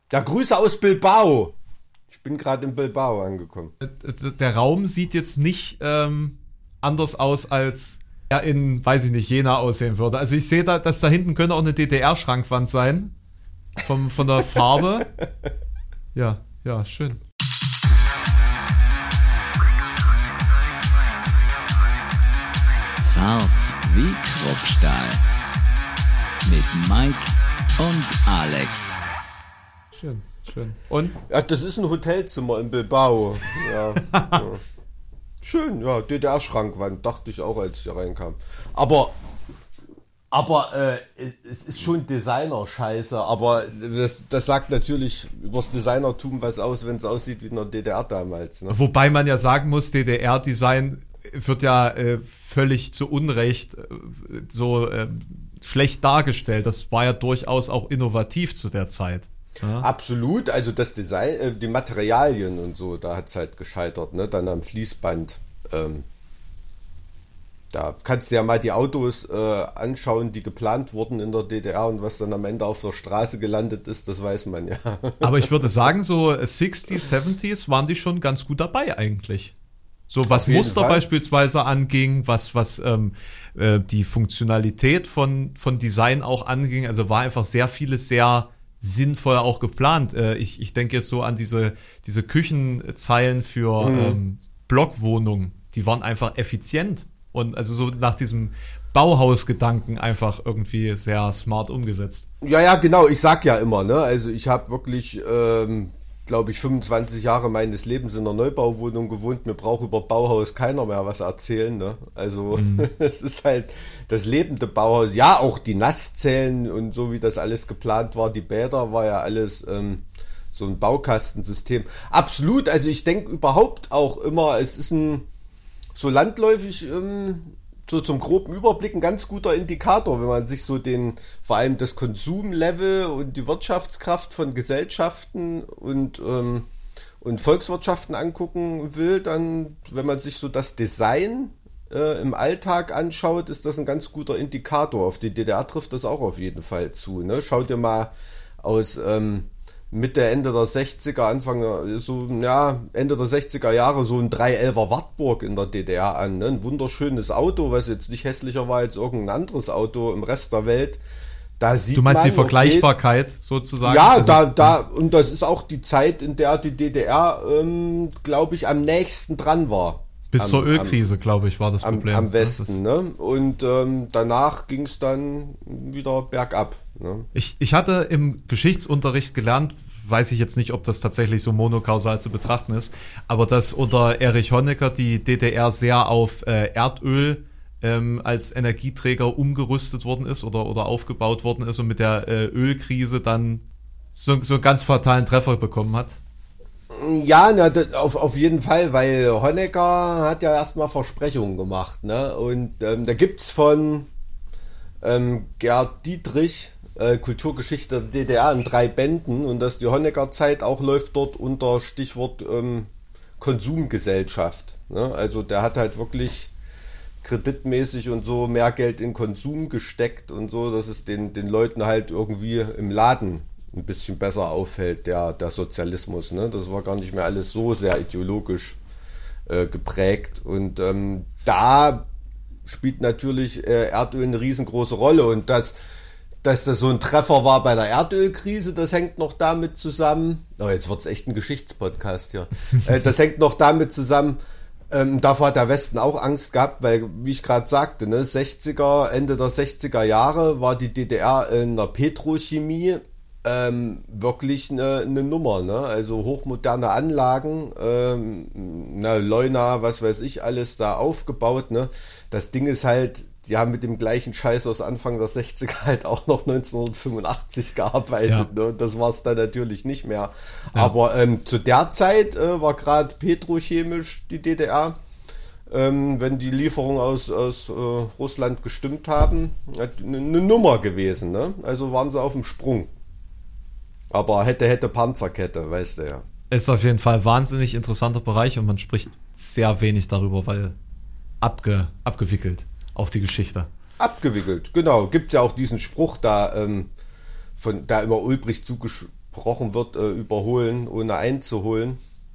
Ja, Grüße aus Bilbao. Ich bin gerade in Bilbao angekommen. Der Raum sieht jetzt nicht anders aus, als er in, weiß ich nicht, Jena aussehen würde. Also ich sehe da, dass da hinten könnte auch eine DDR-Schrankwand sein. Von der Farbe. Ja, schön. Zart wie Kruppstahl. Mit Mike und Alex. Schön. Und? Ja, das ist ein Hotelzimmer in Bilbao. Ja. Schön, ja, DDR-Schrankwand, dachte ich auch, als ich hier reinkam. Aber es ist schon Designer-Scheiße, aber das sagt natürlich übers Designertum was aus, wenn es aussieht wie in der DDR damals. Ne? Wobei man ja sagen muss, DDR-Design wird ja völlig zu Unrecht schlecht dargestellt. Das war ja durchaus auch innovativ zu der Zeit. Ja. Absolut, also das Design, die Materialien und so, da hat es halt gescheitert, ne? Dann am Fließband. Da kannst du ja mal die Autos anschauen, die geplant wurden in der DDR und was dann am Ende auf der Straße gelandet ist, das weiß man ja. Aber ich würde sagen, so 60s, 70s waren die schon ganz gut dabei eigentlich. So was Muster beispielsweise anging, was die Funktionalität von Design auch anging, also war einfach sehr vieles sehr sinnvoll auch geplant. Ich denke jetzt so an diese Küchenzeilen für Blockwohnungen, die waren einfach effizient und also so nach diesem Bauhausgedanken einfach irgendwie sehr smart umgesetzt. Ja, genau, ich sag ja immer, ne, also ich habe wirklich, glaube ich, 25 Jahre meines Lebens in einer Neubauwohnung gewohnt, mir braucht über Bauhaus keiner mehr was erzählen, ne, also es ist halt das lebende Bauhaus, ja, auch die Nasszellen und so wie das alles geplant war, die Bäder, war ja alles so ein Baukastensystem. Absolut, also ich denke überhaupt auch immer, es ist so landläufig so zum groben Überblick ein ganz guter Indikator, wenn man sich so vor allem das Konsumlevel und die Wirtschaftskraft von Gesellschaften und Volkswirtschaften angucken will, dann, wenn man sich so das Design im Alltag anschaut, ist das ein ganz guter Indikator. Auf die DDR trifft das auch auf jeden Fall zu. Ne? Schau dir mal aus Mitte, Ende der 60er, Ende der 60er Jahre so ein 311er Wartburg in der DDR an. Ne? Ein wunderschönes Auto, was jetzt nicht hässlicher war als irgendein anderes Auto im Rest der Welt. Da sieht du meinst man, die Vergleichbarkeit sozusagen? Ja, und das ist auch die Zeit, in der die DDR, glaube ich, am nächsten dran war. Bis zur Ölkrise, glaube ich, war das Problem. Am Westen, ne? Und danach ging es dann wieder bergab. Ne? Ich hatte im Geschichtsunterricht gelernt, weiß ich jetzt nicht, ob das tatsächlich so monokausal zu betrachten ist, aber dass unter Erich Honecker die DDR sehr auf Erdöl als Energieträger umgerüstet worden ist oder aufgebaut worden ist und mit der Ölkrise dann so einen ganz fatalen Treffer bekommen hat. Ja, auf jeden Fall, weil Honecker hat ja erstmal Versprechungen gemacht, ne? Und da gibt's von Gerd Dietrich Kulturgeschichte der DDR in 3 Bänden und dass die Honecker-Zeit auch läuft dort unter Stichwort Konsumgesellschaft. Ne? Also der hat halt wirklich kreditmäßig und so mehr Geld in Konsum gesteckt und so, dass es den Leuten halt irgendwie im Laden ein bisschen besser auffällt, der Sozialismus. Ne? Das war gar nicht mehr alles so sehr ideologisch geprägt. Und da spielt natürlich Erdöl eine riesengroße Rolle. Und dass das so ein Treffer war bei der Erdölkrise, das hängt noch damit zusammen. Oh, jetzt wird's echt ein Geschichtspodcast hier. Das hängt noch damit zusammen. Davor hat der Westen auch Angst gehabt, weil, wie ich gerade sagte, ne, Ende der 60er Jahre war die DDR in der Petrochemie wirklich eine Nummer, ne? Also hochmoderne Anlagen, Leuna, was weiß ich, alles da aufgebaut, ne? Das Ding ist halt, die haben mit dem gleichen Scheiß aus Anfang der 60er halt auch noch 1985 gearbeitet, ja. Ne? Das war es dann natürlich nicht mehr. Ja. Aber zu der Zeit war gerade petrochemisch die DDR, wenn die Lieferungen aus Russland gestimmt haben, eine Nummer gewesen, ne? Also waren sie auf dem Sprung. Aber hätte Panzerkette, weißt du ja. Ist auf jeden Fall ein wahnsinnig interessanter Bereich und man spricht sehr wenig darüber, weil abgewickelt, auch die Geschichte. Abgewickelt, genau. Gibt ja auch diesen Spruch da, von da immer Ulbricht versprochen wird, überholen, ohne einzuholen.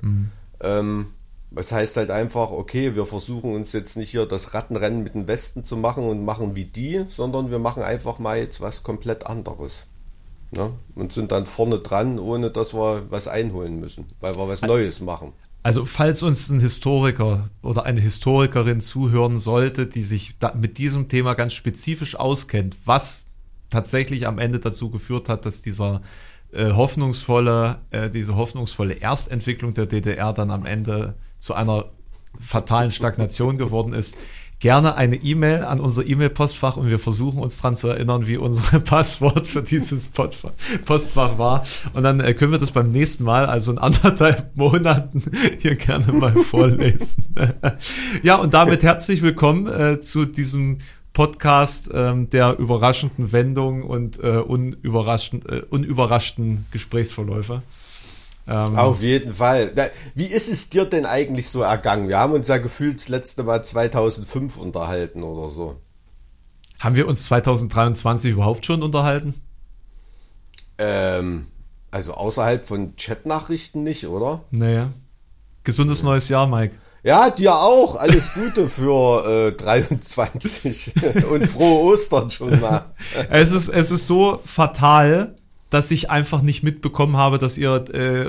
Das heißt halt einfach, okay, wir versuchen uns jetzt nicht hier das Rattenrennen mit dem Westen zu machen und machen wie die, sondern wir machen einfach mal jetzt was komplett anderes. Ne? Und sind dann vorne dran, ohne dass wir was einholen müssen, weil wir was Neues machen. Also falls uns ein Historiker oder eine Historikerin zuhören sollte, die sich mit diesem Thema ganz spezifisch auskennt, was tatsächlich am Ende dazu geführt hat, dass diese hoffnungsvolle Erstentwicklung der DDR dann am Ende zu einer fatalen Stagnation geworden ist, gerne eine E-Mail an unser E-Mail-Postfach und wir versuchen uns dran zu erinnern, wie unser Passwort für dieses Postfach war. Und dann können wir das beim nächsten Mal, also in 1,5 Monaten, hier gerne mal vorlesen. Ja, und damit herzlich willkommen zu diesem Podcast der überraschenden Wendung und unüberraschten Gesprächsverläufe. Auf jeden Fall. Wie ist es dir denn eigentlich so ergangen? Wir haben uns ja gefühlt das letzte Mal 2005 unterhalten oder so. Haben wir uns 2023 überhaupt schon unterhalten? Also außerhalb von Chatnachrichten nicht, oder? Naja. Gesundes neues Jahr, Mike. Ja, dir auch. Alles Gute für 23 und frohe Ostern schon mal. Es ist so fatal, dass ich einfach nicht mitbekommen habe, dass ihr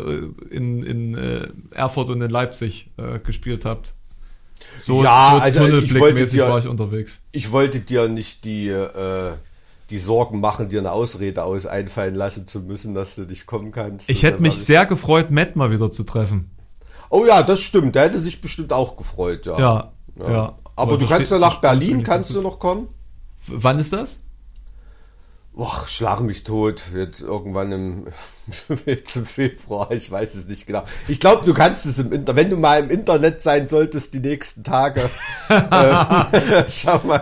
in Erfurt und in Leipzig gespielt habt. So tunnelblickmäßig war ich unterwegs. Ich wollte dir nicht die Sorgen machen, dir eine Ausrede einfallen lassen zu müssen, dass du nicht kommen kannst. Ich hätte mich sehr gefreut, Matt mal wieder zu treffen. Oh ja, das stimmt. Der hätte sich bestimmt auch gefreut, ja. Ja. Aber du kannst ja nach Berlin, kannst du noch kommen? Wann ist das? Boah, schlag mich tot. Jetzt irgendwann im Februar, ich weiß es nicht genau. Ich glaube, du kannst es im Internet, wenn du mal im Internet sein solltest die nächsten Tage. Schau mal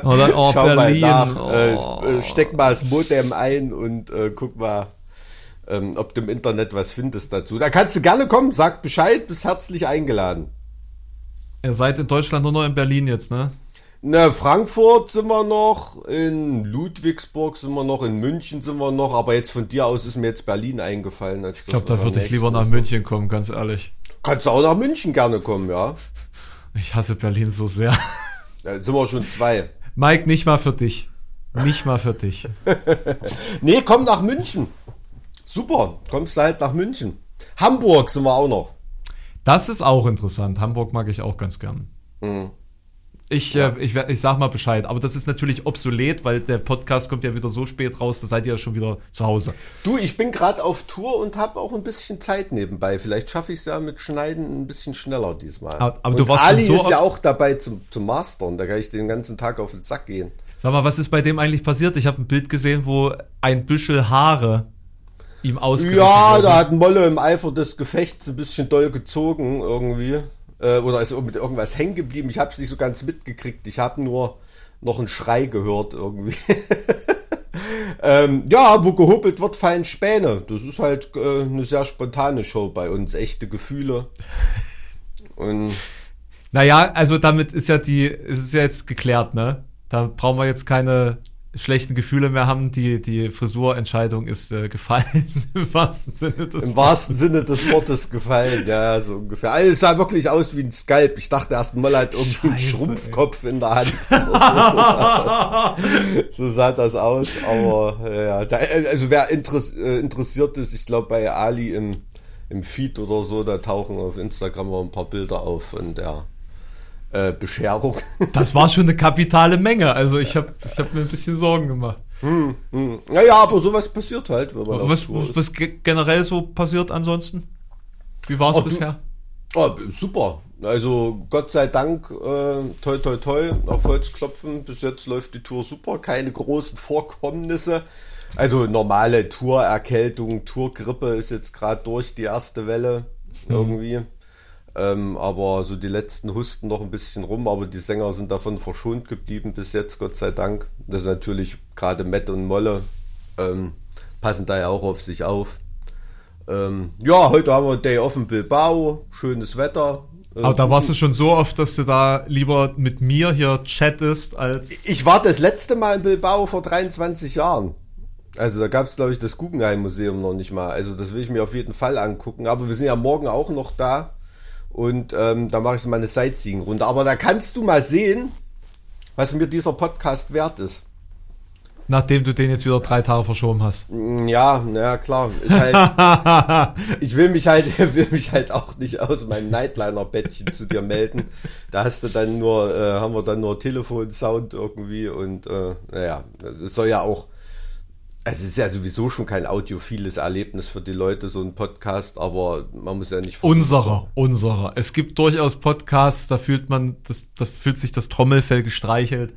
nach. Steck mal das Modem ein und guck mal, ob du im Internet was findest dazu. Da kannst du gerne kommen, sag Bescheid, bist herzlich eingeladen. Ihr seid in Deutschland nur noch in Berlin jetzt, ne? Ne, Frankfurt sind wir noch, in Ludwigsburg sind wir noch, in München sind wir noch, aber jetzt von dir aus ist mir jetzt Berlin eingefallen. Ich glaube, da würde ich lieber nach München kommen, ganz ehrlich. Kannst du auch nach München gerne kommen, ja. Ich hasse Berlin so sehr. Ja, jetzt sind wir schon 2. Mike, nicht mal für dich. Nicht mal für dich. Nee, komm nach München. Super, kommst du halt nach München. Hamburg sind wir auch noch. Das ist auch interessant. Hamburg mag ich auch ganz gern. Mhm. Ich sag mal Bescheid, aber das ist natürlich obsolet, weil der Podcast kommt ja wieder so spät raus, da seid ihr ja schon wieder zu Hause. Du, ich bin gerade auf Tour und habe auch ein bisschen Zeit nebenbei. Vielleicht schaffe ich es ja mit Schneiden ein bisschen schneller diesmal. Aber und du warst Ali ist ja auch dabei zum Mastern, da kann ich den ganzen Tag auf den Sack gehen. Sag mal, was ist bei dem eigentlich passiert? Ich habe ein Bild gesehen, wo ein Büschel Haare ihm ausgerissen Ja, werden. da hat Molle im Eifer des Gefechts ein bisschen doll gezogen irgendwie. Oder ist mit irgendwas hängen geblieben. Ich habe es nicht so ganz mitgekriegt. Ich habe nur noch einen Schrei gehört irgendwie. Ja, wo gehobelt wird, fallen Späne. Das ist halt eine sehr spontane Show bei uns. Echte Gefühle. Und naja, also damit ist ja jetzt geklärt, ne? Da brauchen wir jetzt keine schlechten Gefühle mehr haben. Die Frisurentscheidung ist gefallen. Im wahrsten Sinne des Wortes gefallen, ja, so ungefähr. Also es sah wirklich aus wie ein Skalp. Ich dachte erst mal halt irgendwie einen Schrumpfkopf in der Hand. So sah das aus, aber ja. Also wer interessiert ist, ich glaube bei Ali im Feed oder so, da tauchen auf Instagram noch ein paar Bilder auf von der Bescherung. Das war schon eine kapitale Menge. Also ich hab mir ein bisschen Sorgen gemacht. Naja, aber sowas passiert halt. Wenn man was generell so passiert ansonsten? Wie war es bisher? Super. Also Gott sei Dank, toi toi toi, auf Holz klopfen. Bis jetzt läuft die Tour super. Keine großen Vorkommnisse. Also normale Tourerkältung, Tourgrippe ist jetzt gerade durch die erste Welle irgendwie. Aber so die letzten husten noch ein bisschen rum, aber die Sänger sind davon verschont geblieben bis jetzt, Gott sei Dank. Das ist natürlich gerade Matt und Molle, passen da ja auch auf sich auf. Ja, heute haben wir Day Off in Bilbao, schönes Wetter. Aber da warst du schon so oft, dass du da lieber mit mir hier chattest als... Ich war das letzte Mal in Bilbao vor 23 Jahren. Also da gab es, glaube ich, das Guggenheim-Museum noch nicht mal. Also das will ich mir auf jeden Fall angucken. Aber wir sind ja morgen auch noch da. Und da mache ich mal eine Sightseeing-Runde. Aber da kannst du mal sehen, was mir dieser Podcast wert ist. Nachdem du den jetzt wieder 3 Tage verschoben hast. Ja, na klar. Ist halt, ich will mich halt auch nicht aus meinem Nightliner-Bettchen zu dir melden. Da hast du dann nur, haben wir dann nur Telefonsound irgendwie und naja, es soll ja auch, also es ist ja sowieso schon kein audiophiles Erlebnis für die Leute, so ein Podcast, aber man muss ja nicht versuchen. Unserer. Es gibt durchaus Podcasts, da fühlt sich das Trommelfell gestreichelt.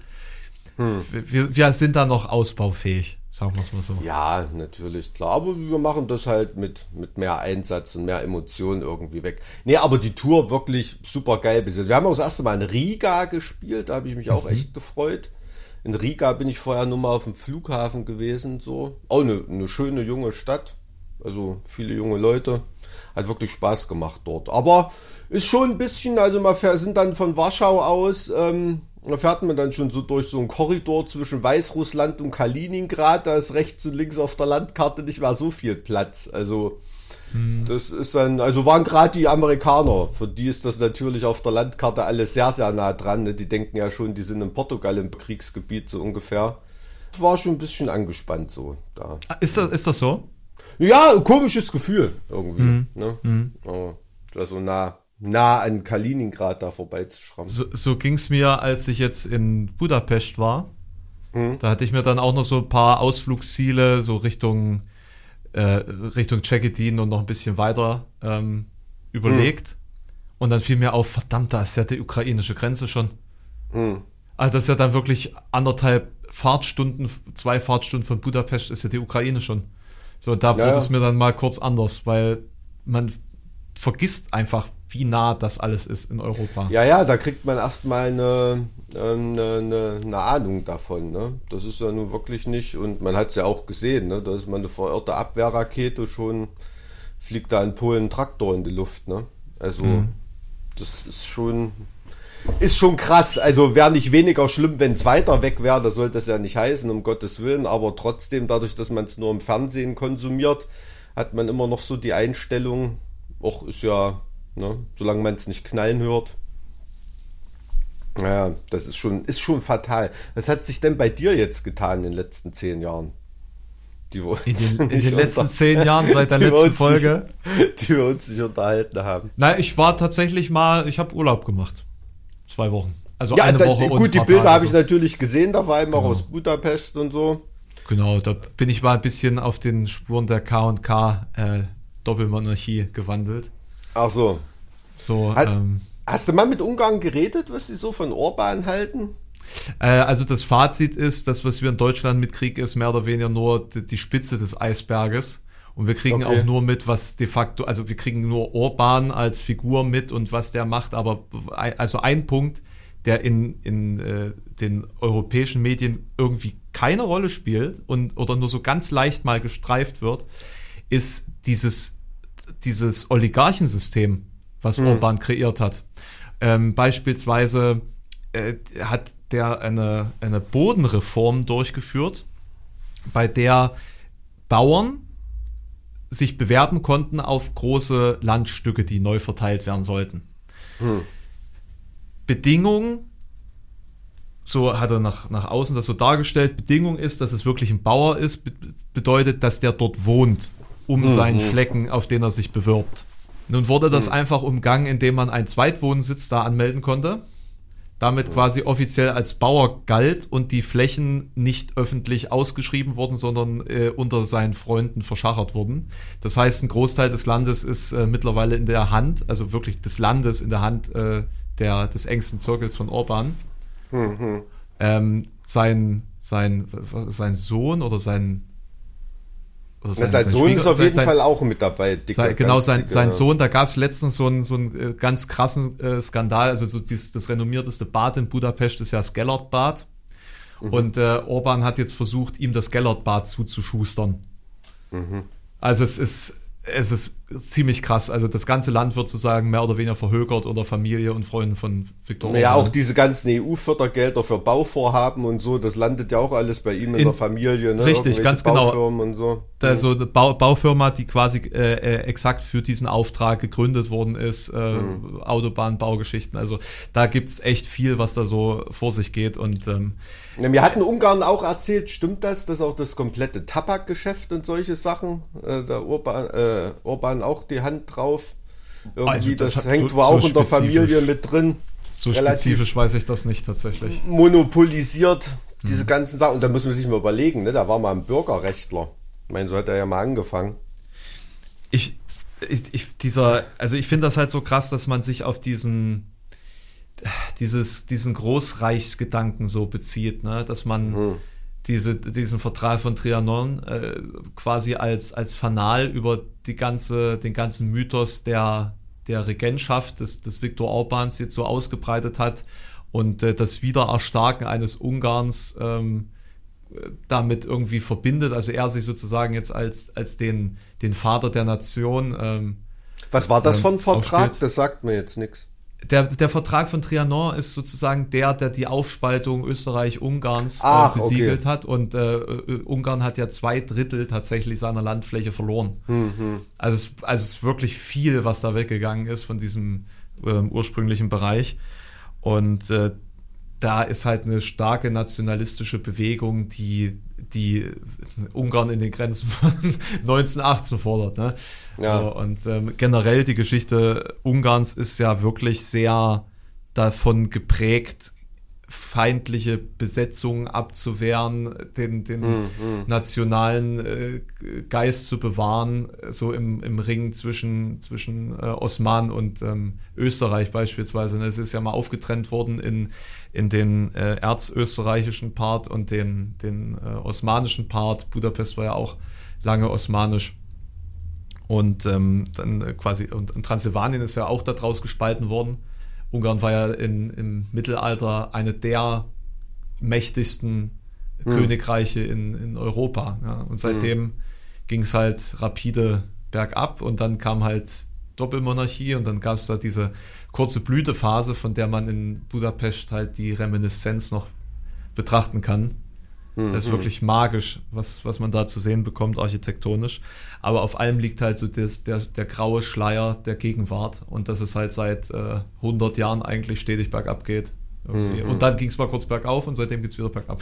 Wir sind da noch ausbaufähig, sagen wir es mal so. Ja, natürlich, klar. Aber wir machen das halt mit mehr Einsatz und mehr Emotionen irgendwie weg. Nee, aber die Tour wirklich super geil. Wir haben auch das erste Mal in Riga gespielt, da habe ich mich auch echt gefreut. In Riga bin ich vorher nur mal auf dem Flughafen gewesen, so. Auch eine schöne junge Stadt, also viele junge Leute. Hat wirklich Spaß gemacht dort. Aber ist schon ein bisschen, also wir sind dann von Warschau aus, da fährt man dann schon so durch so einen Korridor zwischen Weißrussland und Kaliningrad. Da ist rechts und links auf der Landkarte nicht mehr so viel Platz. Also das ist dann, also waren gerade die Amerikaner, für die ist das natürlich auf der Landkarte alles sehr, sehr nah dran. Ne? Die denken ja schon, die sind in Portugal im Kriegsgebiet so ungefähr. Das war schon ein bisschen angespannt so da. Ist das so? Ja, komisches Gefühl irgendwie. Ne? Aber das so nah an Kaliningrad da vorbeizuschrammen. So ging es mir, als ich jetzt in Budapest war. Da hatte ich mir dann auch noch so ein paar Ausflugsziele, so Richtung Cegetin und noch ein bisschen weiter überlegt. Und dann fiel mir auf, verdammt, da ist ja die ukrainische Grenze schon. Also das ist ja dann wirklich 2 Fahrtstunden von Budapest ist ja die Ukraine schon. So, da wurde es mir dann mal kurz anders, weil man vergisst einfach, wie nah das alles ist in Europa. Ja, da kriegt man erstmal eine Ahnung davon. Ne? Das ist ja nun wirklich nicht, und man hat es ja auch gesehen, ne? Da ist mal eine verirrte Abwehrrakete, schon fliegt da in Polen ein Traktor in die Luft. Ne? Also das ist schon krass. Also wäre nicht weniger schlimm, wenn es weiter weg wäre, das sollte es ja nicht heißen, um Gottes Willen, aber trotzdem, dadurch, dass man es nur im Fernsehen konsumiert, hat man immer noch so die Einstellung, ist ja, ne, solange man es nicht knallen hört. Ja, das ist schon fatal. Was hat sich denn bei dir jetzt getan in den letzten 10 Jahren? In den letzten 10 Jahren, seit der letzten Folge? Die wir uns nicht unterhalten haben. Nein, ich war tatsächlich ich habe Urlaub gemacht. 2 Wochen. Also ja, eine Woche und gut, die Bilder habe ich natürlich gesehen, da war immer aus Budapest und so. Genau, da bin ich mal ein bisschen auf den Spuren der K&K Doppelmonarchie gewandelt. Ach so. Hast du mal mit Ungarn geredet, was die so von Orban halten? Also das Fazit ist, das, was wir in Deutschland mitkriegen, ist mehr oder weniger nur die Spitze des Eisberges. Und wir kriegen auch nur mit, was de facto, also wir kriegen nur Orban als Figur mit und was der macht. Aber also ein Punkt, der in den europäischen Medien irgendwie keine Rolle spielt oder nur so ganz leicht mal gestreift wird, ist dieses Oligarchensystem, was Orban kreiert hat. Beispielsweise hat der eine Bodenreform durchgeführt, bei der Bauern sich bewerben konnten auf große Landstücke, die neu verteilt werden sollten. Bedingung, so hat er nach außen das so dargestellt, Bedingung ist, dass es wirklich ein Bauer ist, bedeutet, dass der dort wohnt, seinen Flecken, auf den er sich bewirbt. Nun wurde das einfach umgangen, indem man einen Zweitwohnsitz da anmelden konnte, damit quasi offiziell als Bauer galt und die Flächen nicht öffentlich ausgeschrieben wurden, sondern unter seinen Freunden verschachert wurden. Das heißt, ein Großteil des Landes ist mittlerweile in der Hand, also wirklich des Landes in der Hand des engsten Zirkels von Orban. Sein Sohn oder sein Sohn ist auf jeden Fall auch mit dabei. Sein Sohn, da gab es letztens so einen ganz krassen Skandal, also so das renommierteste Bad in Budapest ist ja das Gellert-Bad. Und Orban hat jetzt versucht, ihm das Gellert-Bad zuzuschustern. Also es ist ziemlich krass. Also das ganze Land wird sozusagen mehr oder weniger verhökert oder Familie und Freunde von Viktor Orban. Ja, auch diese ganzen EU-Fördergelder für Bauvorhaben und so, das landet ja auch alles bei ihm in der Familie. Ne? Richtig, ganz Baufirmen genau. Und so. Also eine Baufirma, die quasi exakt für diesen Auftrag gegründet worden ist, Autobahnbaugeschichten. Also da gibt's echt viel, was da so vor sich geht. Und mir hatten Ungarn auch erzählt, stimmt das, dass auch das komplette Tabakgeschäft und solche Sachen, der Orban auch die Hand drauf. Irgendwie, also das hängt wohl auch in der Familie mit drin. So spezifisch weiß ich das nicht tatsächlich. Monopolisiert, diese ganzen Sachen. Und da muss man sich mal überlegen, ne? Da war mal ein Bürgerrechtler. Ich meine, so hat er ja mal angefangen. Ich finde das halt so krass, dass man sich auf diesen Großreichsgedanken so bezieht, ne? Dass man diesen Vertrag von Trianon quasi als Fanal über den ganzen Mythos der Regentschaft des Viktor Orbans jetzt so ausgebreitet hat und das Wiedererstarken eines Ungarns damit irgendwie verbindet, also er sich sozusagen jetzt als den Vater der Nation was war das für ein Vertrag? Aufsteht. Das sagt mir jetzt nichts. Der Vertrag von Trianon ist sozusagen der die Aufspaltung Österreich-Ungarns besiegelt hat und Ungarn hat ja 2/3 tatsächlich seiner Landfläche verloren. Also es ist wirklich viel, was da weggegangen ist von diesem ursprünglichen Bereich und da ist halt eine starke nationalistische Bewegung, die Ungarn in den Grenzen von 1918 fordert. Ne? Ja. So, und generell die Geschichte Ungarns ist ja wirklich sehr davon geprägt, feindliche Besetzungen abzuwehren, den nationalen Geist zu bewahren, so im Ring zwischen Osmanen und Österreich beispielsweise. Es ist ja mal aufgetrennt worden in den erzösterreichischen Part und den osmanischen Part. Budapest war ja auch lange osmanisch. Und dann quasi, und Transsilvanien ist ja auch daraus gespalten worden. Ungarn war ja im Mittelalter eine der mächtigsten Königreiche in Europa. Ja. Und seitdem ging es halt rapide bergab und dann kam halt Doppelmonarchie und dann gab es da diese kurze Blütephase, von der man in Budapest halt die Reminiszenz noch betrachten kann. Das ist wirklich magisch, was man da zu sehen bekommt, architektonisch. Aber auf allem liegt halt so der graue Schleier der Gegenwart und dass es halt seit 100 Jahren eigentlich stetig bergab geht. Und dann ging es mal kurz bergauf und seitdem geht es wieder bergab.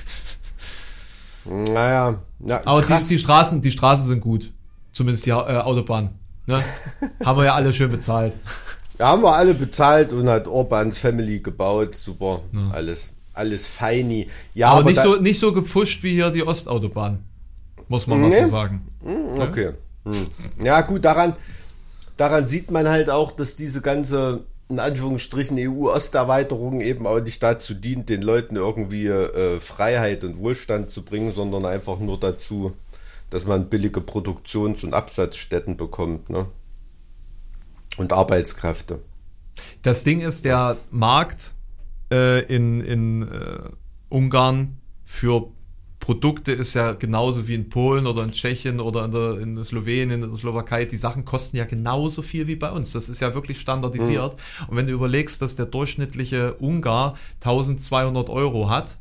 Naja. Aber die Straßen sind gut. Zumindest die Autobahn. Ne? Haben wir ja alle schön bezahlt. Ja, haben wir alle bezahlt und hat Orbans Family gebaut. Super, ja. Alles feini. Ja, aber nicht so gepfuscht wie hier die Ostautobahn, muss man so sagen. Okay. Ja gut, daran sieht man halt auch, dass diese ganze, in Anführungsstrichen, EU-Osterweiterung eben auch nicht dazu dient, den Leuten irgendwie Freiheit und Wohlstand zu bringen, sondern einfach nur dazu, dass man billige Produktions- und Absatzstätten bekommt, ne? Und Arbeitskräfte. Das Ding ist, der Markt in Ungarn für Produkte ist ja genauso wie in Polen oder in Tschechien oder in Slowenien, in der Slowakei. Die Sachen kosten ja genauso viel wie bei uns. Das ist ja wirklich standardisiert. Und wenn du überlegst, dass der durchschnittliche Ungar 1.200 Euro hat,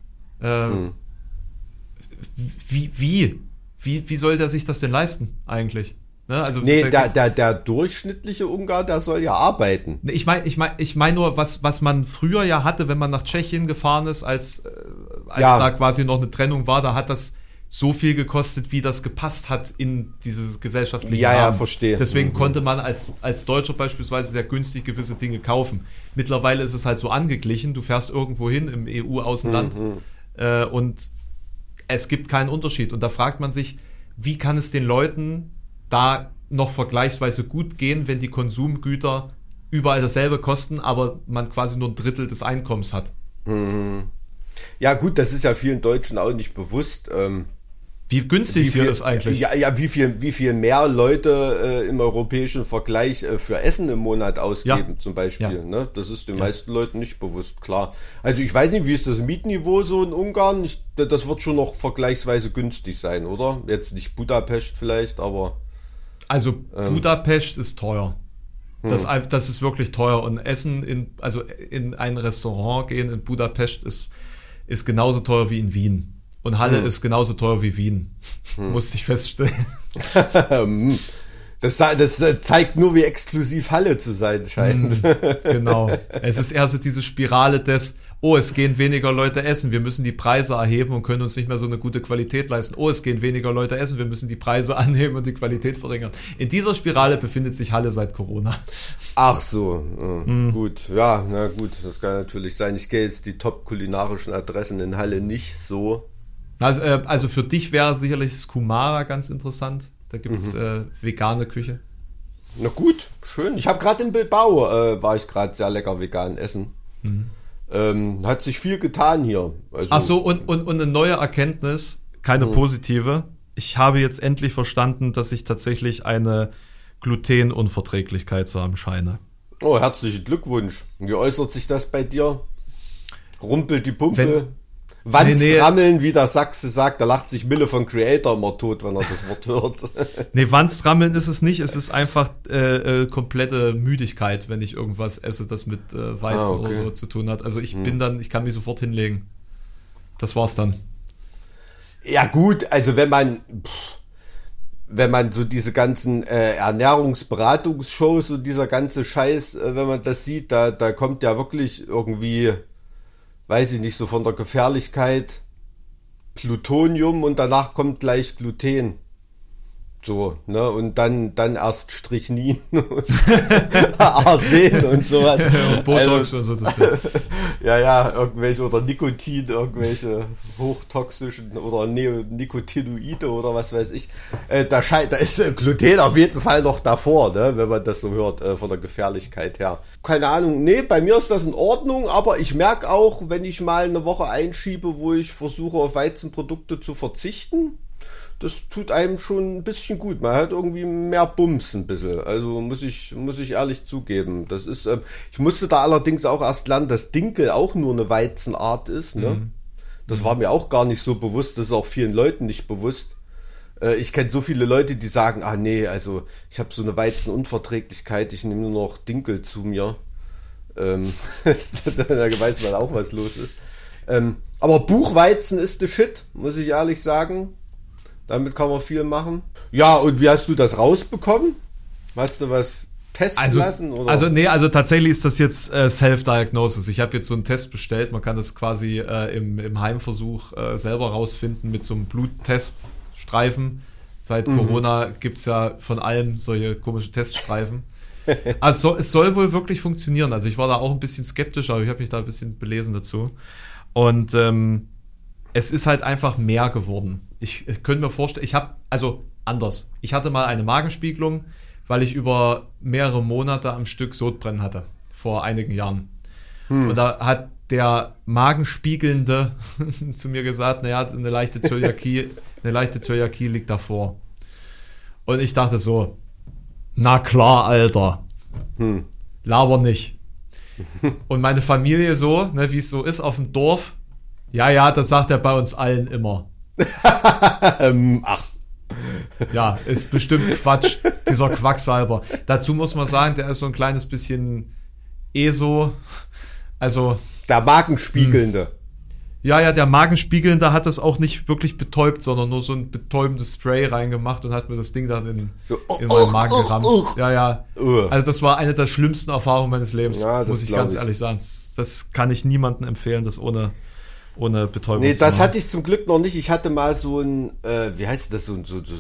wie soll der sich das denn leisten eigentlich? Ne? Also, der durchschnittliche Ungar, der soll ja arbeiten. Ich meine nur, was man früher ja hatte, wenn man nach Tschechien gefahren ist, als da quasi noch eine Trennung war, da hat das so viel gekostet, wie das gepasst hat in dieses gesellschaftliche Rahmen. Ja, verstehe. Deswegen konnte man als Deutscher beispielsweise sehr günstig gewisse Dinge kaufen. Mittlerweile ist es halt so angeglichen, du fährst irgendwo hin im EU-Außenland und es gibt keinen Unterschied. Und da fragt man sich, wie kann es den Leuten da noch vergleichsweise gut gehen, wenn die Konsumgüter überall dasselbe kosten, aber man quasi nur 1/3 des Einkommens hat. Ja gut, das ist ja vielen Deutschen auch nicht bewusst. Wie günstig hier ist eigentlich. Ja, wie viel mehr Leute im europäischen Vergleich für Essen im Monat ausgeben, zum Beispiel. Ja. Ne? Das ist den meisten Leuten nicht bewusst, klar. Also ich weiß nicht, wie ist das Mietniveau so in Ungarn? Das wird schon noch vergleichsweise günstig sein, oder? Jetzt nicht Budapest vielleicht, aber... Also Budapest ist teuer. Das ist wirklich teuer. Und Essen in ein Restaurant gehen in Budapest ist genauso teuer wie in Wien. Und Halle ist genauso teuer wie Wien. Musste ich feststellen. Das zeigt nur, wie exklusiv Halle zu sein scheint. Genau. Es ist eher so diese Spirale des, es gehen weniger Leute essen, wir müssen die Preise erheben und können uns nicht mehr so eine gute Qualität leisten. Es gehen weniger Leute essen, wir müssen die Preise anheben und die Qualität verringern. In dieser Spirale befindet sich Halle seit Corona. Ach so, gut. Ja, na gut, das kann natürlich sein. Ich gehe jetzt die top kulinarischen Adressen in Halle nicht so. Also für dich wäre sicherlich das Kumara ganz interessant. Da gibt es vegane Küche. Na gut, schön. Ich habe gerade in Bilbao, war ich gerade sehr lecker vegan essen. Hat sich viel getan hier. Also, ach so, und eine neue Erkenntnis, keine positive. Ich habe jetzt endlich verstanden, dass ich tatsächlich eine Glutenunverträglichkeit zu haben scheine. Oh, herzlichen Glückwunsch. Wie äußert sich das bei dir? Rumpelt die Pumpe? Wandstrammeln, wie der Sachse sagt, da lacht sich Mille von Creator immer tot, wenn er das Wort hört. Nee, Wandstrammeln ist es nicht, es ist einfach komplette Müdigkeit, wenn ich irgendwas esse, das mit Weizen oder so zu tun hat. Also ich kann mich sofort hinlegen. Das war's dann. Ja gut, also wenn man so diese ganzen Ernährungsberatungsshows und dieser ganze Scheiß, wenn man das sieht, da kommt ja wirklich irgendwie, weiß ich nicht, so von der Gefährlichkeit Plutonium und danach kommt gleich Gluten. So, ne, und dann erst Strychnin und Arsen und sowas. Und Botox und so. Ja, irgendwelche, oder Nikotin, irgendwelche hochtoxischen oder Neonicotinoide oder was weiß ich. Da ist Gluten auf jeden Fall noch davor, ne, wenn man das so hört, von der Gefährlichkeit her. Keine Ahnung, nee, bei mir ist das in Ordnung, aber ich merke auch, wenn ich mal eine Woche einschiebe, wo ich versuche, auf Weizenprodukte zu verzichten, das tut einem schon ein bisschen gut. Man hat irgendwie mehr Bums ein bisschen. Also muss ich ehrlich zugeben. Das ist, ich musste da allerdings auch erst lernen, dass Dinkel auch nur eine Weizenart ist, ne? Das war mir auch gar nicht so bewusst. Das ist auch vielen Leuten nicht bewusst. Ich kenne so viele Leute, die sagen, nee, also ich habe so eine Weizenunverträglichkeit, ich nehme nur noch Dinkel zu mir. Da weiß man auch, was los ist. Aber Buchweizen ist the shit, muss ich ehrlich sagen. Damit kann man viel machen. Ja, und wie hast du das rausbekommen? Hast du was testen lassen? Oder? Also tatsächlich ist das jetzt Self-Diagnosis. Ich habe jetzt so einen Test bestellt. Man kann das quasi im Heimversuch selber rausfinden mit so einem Blutteststreifen. Seit Corona gibt's ja von allem solche komischen Teststreifen. Also es soll wohl wirklich funktionieren. Also ich war da auch ein bisschen skeptisch, aber ich habe mich da ein bisschen belesen dazu. Und es ist halt einfach mehr geworden. Ich könnte mir vorstellen, ich hatte mal eine Magenspiegelung, weil ich über mehrere Monate am Stück Sodbrennen hatte, vor einigen Jahren. Und da hat der Magenspiegelnde zu mir gesagt, eine leichte Zöliakie liegt davor. Und ich dachte so, na klar, Alter, laber nicht. Und meine Familie so, ne, wie es so ist auf dem Dorf, ja, das sagt er bei uns allen immer. Ach. Ja, ist bestimmt Quatsch, dieser Quacksalber. Dazu muss man sagen, der ist so ein kleines bisschen also... Der Magenspiegelnde. Ja, der Magenspiegelnde hat das auch nicht wirklich betäubt, sondern nur so ein betäubendes Spray reingemacht und hat mir das Ding dann in meinen Magen gerammt. Ja. Also das war eine der schlimmsten Erfahrungen meines Lebens, muss ich ganz ehrlich sagen. Das kann ich niemandem empfehlen, das ohne Betäubung. Nee, das hatte ich zum Glück noch nicht. Ich hatte mal so ein, wie heißt das, so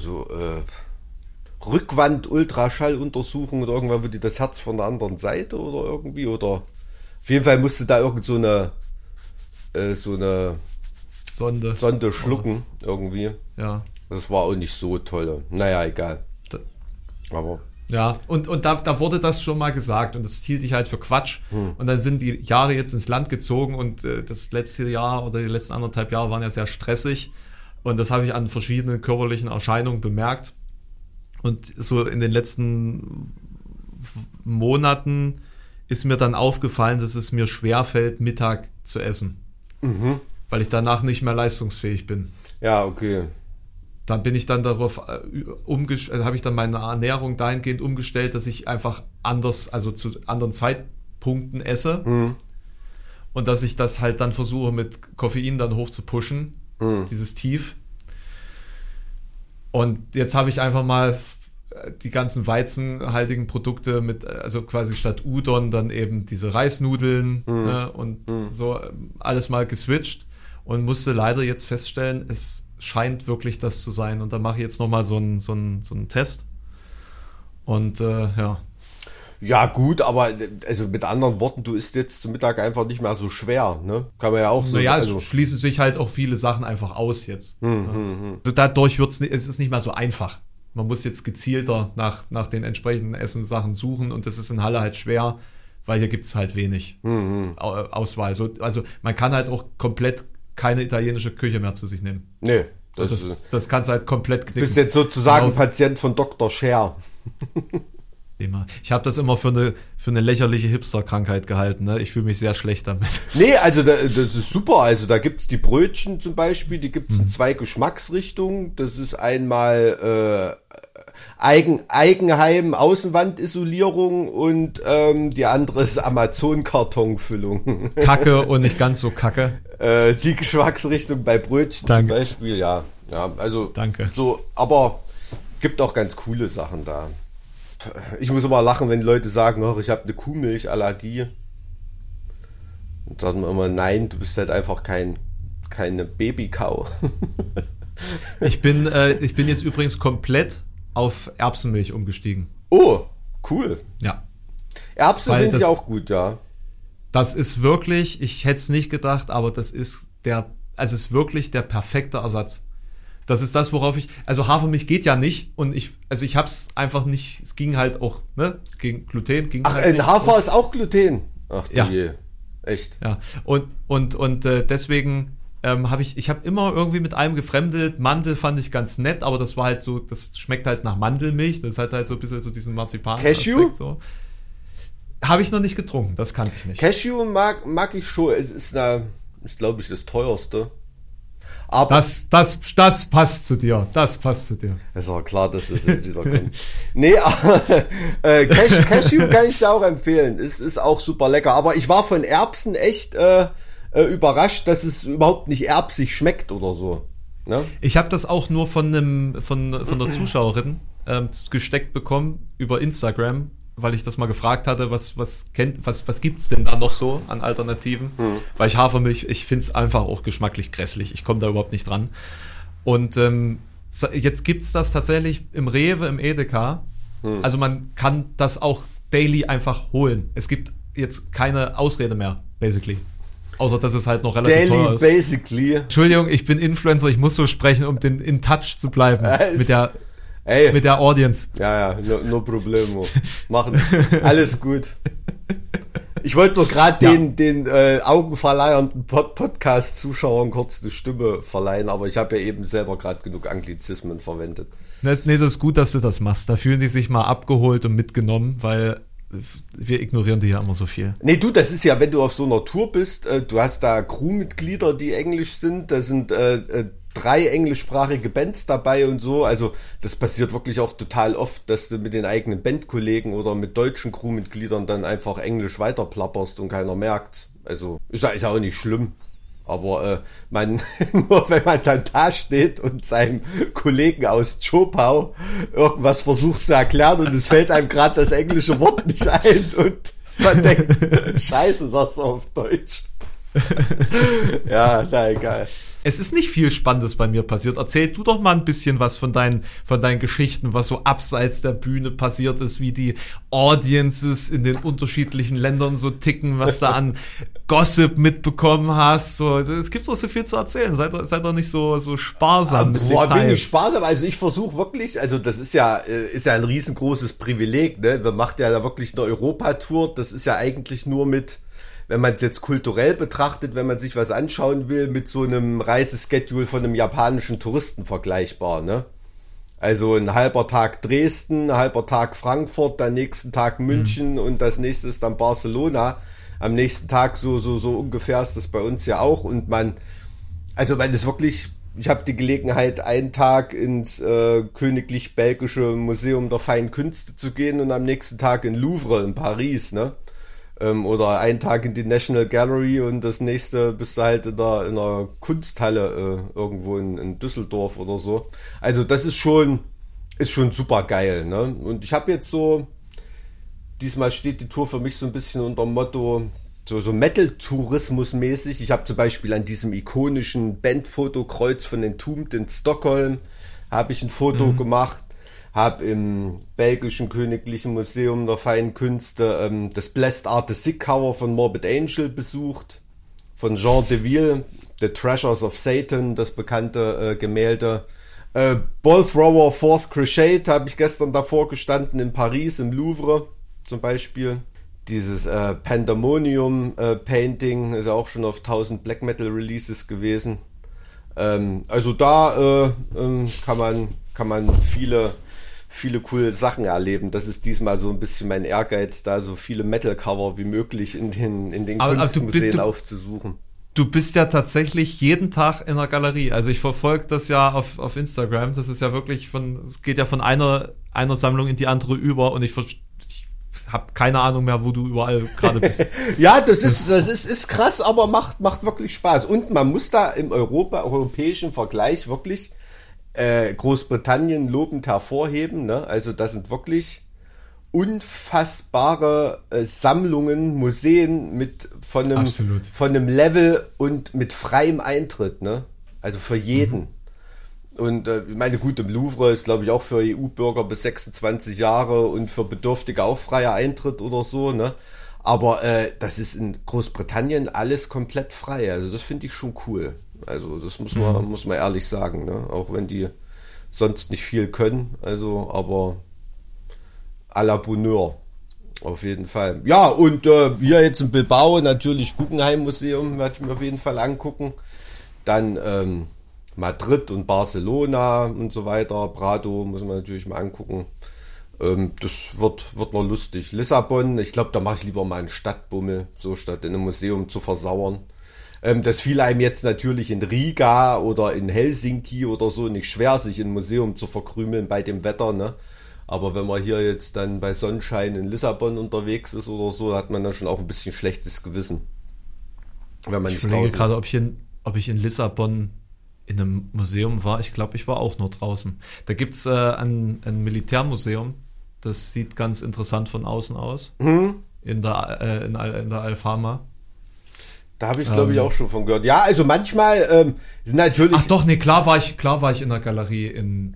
Rückwand-Ultraschalluntersuchung oder irgendwann, wo die das Herz von der anderen Seite oder irgendwie, oder auf jeden Fall musste da irgend so eine Sonde schlucken irgendwie. Ja. Das war auch nicht so toll. Naja, egal. Aber... Ja, und da wurde das schon mal gesagt und das hielt ich halt für Quatsch. Und dann sind die Jahre jetzt ins Land gezogen und das letzte Jahr oder die letzten 1,5 Jahre waren ja sehr stressig und das habe ich an verschiedenen körperlichen Erscheinungen bemerkt. Und so in den letzten Monaten ist mir dann aufgefallen, dass es mir schwerfällt, Mittag zu essen. Weil ich danach nicht mehr leistungsfähig bin. Ja, okay. Dann bin ich dann darauf habe ich dann meine Ernährung dahingehend umgestellt, dass ich einfach anders, also zu anderen Zeitpunkten esse. Und dass ich das halt dann versuche, mit Koffein dann hoch zu pushen, dieses Tief. Und jetzt habe ich einfach mal die ganzen weizenhaltigen Produkte mit, also quasi statt Udon dann eben diese Reisnudeln ne, und so alles mal geswitcht und musste leider jetzt feststellen, es scheint wirklich das zu sein. Und dann mache ich jetzt nochmal so einen Test. Und ja. Ja gut, aber also mit anderen Worten, du isst jetzt zum Mittag einfach nicht mehr so schwer, ne? Kann man ja auch so. Naja, also es schließen sich halt auch viele Sachen einfach aus jetzt. Also dadurch es ist nicht mehr so einfach. Man muss jetzt gezielter nach den entsprechenden Essenssachen suchen und das ist in Halle halt schwer, weil hier gibt es halt wenig Auswahl. Also man kann halt auch komplett keine italienische Küche mehr zu sich nehmen. Nee. Das kannst du halt komplett knicken. Du bist jetzt sozusagen Patient von Dr. Scher. Ich habe das immer für eine lächerliche Hipster-Krankheit gehalten. Ne? Ich fühle mich sehr schlecht damit. Nee, also das ist super. Also da gibt's die Brötchen zum Beispiel, die gibt's in 2 Geschmacksrichtungen. Das ist einmal Eigenheim, Außenwandisolierung und die andere ist Amazon-Kartonfüllung. Kacke und nicht ganz so kacke. Die Geschmacksrichtung bei Brötchen zum Beispiel, ja, also Danke. So, aber gibt auch ganz coole Sachen da. Ich muss immer lachen, wenn Leute sagen, oh, ich habe eine Kuhmilchallergie. Und sagen wir immer, nein, du bist halt einfach keine Babykau. Ich bin jetzt übrigens komplett auf Erbsenmilch umgestiegen. Oh, cool. Ja. Erbsen finde ich auch gut, ja. Das ist wirklich, ich hätte es nicht gedacht, aber das ist ist wirklich der perfekte Ersatz. Das ist das, worauf also Hafermilch geht ja nicht und ich hab's einfach nicht, es ging halt auch, ne, gegen Gluten ging. Ach, halt in Hafer ist auch Gluten. Ach du je. Echt. Ja, und deswegen habe ich immer irgendwie mit allem gefremdet. Mandel fand ich ganz nett, aber das war halt so, das schmeckt halt nach Mandelmilch, das hat halt so ein bisschen so diesen Marzipan. Cashew? So. Habe ich noch nicht getrunken, das kannte ich nicht. Cashew mag ich schon, es ist glaube ich das teuerste. Aber das passt zu dir. Das passt zu dir. Es war klar, dass das jetzt wieder kommt. Nee, aber Cashew kann ich dir auch empfehlen. Es ist auch super lecker. Aber ich war von Erbsen echt überrascht, dass es überhaupt nicht erbsig schmeckt oder so. Ne? Ich habe das auch nur von der Zuschauerin gesteckt bekommen über Instagram, weil ich das mal gefragt hatte, was gibt's denn da noch so an Alternativen? Weil ich Hafermilch, ich finde es einfach auch geschmacklich grässlich. Ich komme da überhaupt nicht dran. Und jetzt gibt's das tatsächlich im Rewe, im Edeka. Also man kann das auch daily einfach holen. Es gibt jetzt keine Ausrede mehr, basically. Außer, dass es halt noch relativ teuer ist. Basically. Entschuldigung, ich bin Influencer, ich muss so sprechen, um in Touch zu bleiben mit der Audience. Ja, no problemo. Machen. Alles gut. Ich wollte nur gerade den augenverleiernden Podcast-Zuschauern kurz eine Stimme verleihen, aber ich habe ja eben selber gerade genug Anglizismen verwendet. Nee, das ist gut, dass du das machst. Da fühlen die sich mal abgeholt und mitgenommen, weil wir ignorieren die ja immer so viel. Nee, du, das ist ja, wenn du auf so einer Tour bist, du hast da Crewmitglieder, die englisch sind, da sind 3 englischsprachige Bands dabei und so, also das passiert wirklich auch total oft, dass du mit den eigenen Bandkollegen oder mit deutschen Crewmitgliedern dann einfach Englisch weiterplapperst und keiner merkt's. Also ist ja auch nicht schlimm, aber nur wenn man dann da steht und seinem Kollegen aus Zschopau irgendwas versucht zu erklären und es fällt einem gerade das englische Wort nicht ein und man denkt, Scheiße, sagst du auf Deutsch. Ja, na egal. Es ist nicht viel Spannendes bei mir passiert. Erzähl du doch mal ein bisschen was von deinen Geschichten, was so abseits der Bühne passiert ist, wie die Audiences in den unterschiedlichen Ländern so ticken, was da an Gossip mitbekommen hast. So, es gibt doch so viel zu erzählen. Seid doch nicht so sparsam mit Details. Bin ich sparsam. Also ich versuche wirklich, also das ist ja ein riesengroßes Privileg, ne? Wir machen ja da wirklich eine Europatour. Das ist ja eigentlich nur mit, wenn man es jetzt kulturell betrachtet, wenn man sich was anschauen will, mit so einem Reiseschedule von einem japanischen Touristen vergleichbar, ne? Also ein halber Tag Dresden, ein halber Tag Frankfurt, dann nächsten Tag München und das nächste ist dann Barcelona. Am nächsten Tag so ungefähr ist das bei uns ja auch und man ist wirklich ich habe die Gelegenheit, einen Tag ins Königlich Belgische Museum der Feinen Künste zu gehen und am nächsten Tag in Louvre in Paris, ne? Oder einen Tag in die National Gallery und das nächste bist du halt in der Kunsthalle irgendwo in Düsseldorf oder so. Also das ist schon super geil, ne? Und ich habe jetzt so, diesmal steht die Tour für mich so ein bisschen unter dem Motto so Metal-Tourismus-mäßig. Ich habe zum Beispiel an diesem ikonischen Bandfotokreuz von Entombed in Stockholm habe ich ein Foto gemacht. Habe im belgischen Königlichen Museum der Feinen Künste das Blessed Art the Sick Cover von Morbid Angel besucht. Von Jean Deville, The Treasures of Satan, das bekannte Gemälde. Ball Thrower Fourth Crusade habe ich gestern davor gestanden in Paris, im Louvre zum Beispiel. Dieses Pandemonium Painting ist ja auch schon auf 1000 Black Metal Releases gewesen. Also da kann man viele coole Sachen erleben. Das ist diesmal so ein bisschen mein Ehrgeiz, da so viele Metal-Cover wie möglich in den Kunstmuseen aufzusuchen. Du bist ja tatsächlich jeden Tag in der Galerie. Also ich verfolge das ja auf Instagram. Das ist ja wirklich es geht ja von einer Sammlung in die andere über und ich habe keine Ahnung mehr, wo du überall gerade bist. Ja, das ist krass, aber macht wirklich Spaß. Und man muss da im europäischen Vergleich wirklich Großbritannien lobend hervorheben, ne? Also das sind wirklich unfassbare Sammlungen, Museen von einem Level und mit freiem Eintritt, ne? Also für jeden. Und ich meine, gut, im Louvre ist, glaube ich, auch für EU-Bürger bis 26 Jahre und für Bedürftige auch freier Eintritt oder so, ne? Aber das ist in Großbritannien alles komplett frei. Also das finde ich schon cool. Also das muss man ehrlich sagen, ne? Auch wenn die sonst nicht viel können. Also, aber à la Bonheur. Auf jeden Fall. Ja, und wir jetzt in Bilbao natürlich Guggenheim Museum werde ich mir auf jeden Fall angucken. Dann Madrid und Barcelona und so weiter. Prado muss man natürlich mal angucken. Das wird noch lustig. Lissabon, ich glaube, da mache ich lieber mal einen Stadtbummel, so statt in einem Museum zu versauern. Das fiel einem jetzt natürlich in Riga oder in Helsinki oder so nicht schwer, sich in ein Museum zu verkrümeln bei dem Wetter, ne? Aber wenn man hier jetzt dann bei Sonnenschein in Lissabon unterwegs ist oder so, hat man dann schon auch ein bisschen schlechtes Gewissen. Wenn man nicht draußen ist. Ich überlege gerade, ob ich in Lissabon in einem Museum war. Ich glaube, ich war auch nur draußen. Da gibt es ein Militärmuseum, das sieht ganz interessant von außen aus. In der Alfama. Da habe ich, glaube ich, auch schon von gehört. Ja, also manchmal sind natürlich... Ach doch, nee, klar war ich in der Galerie in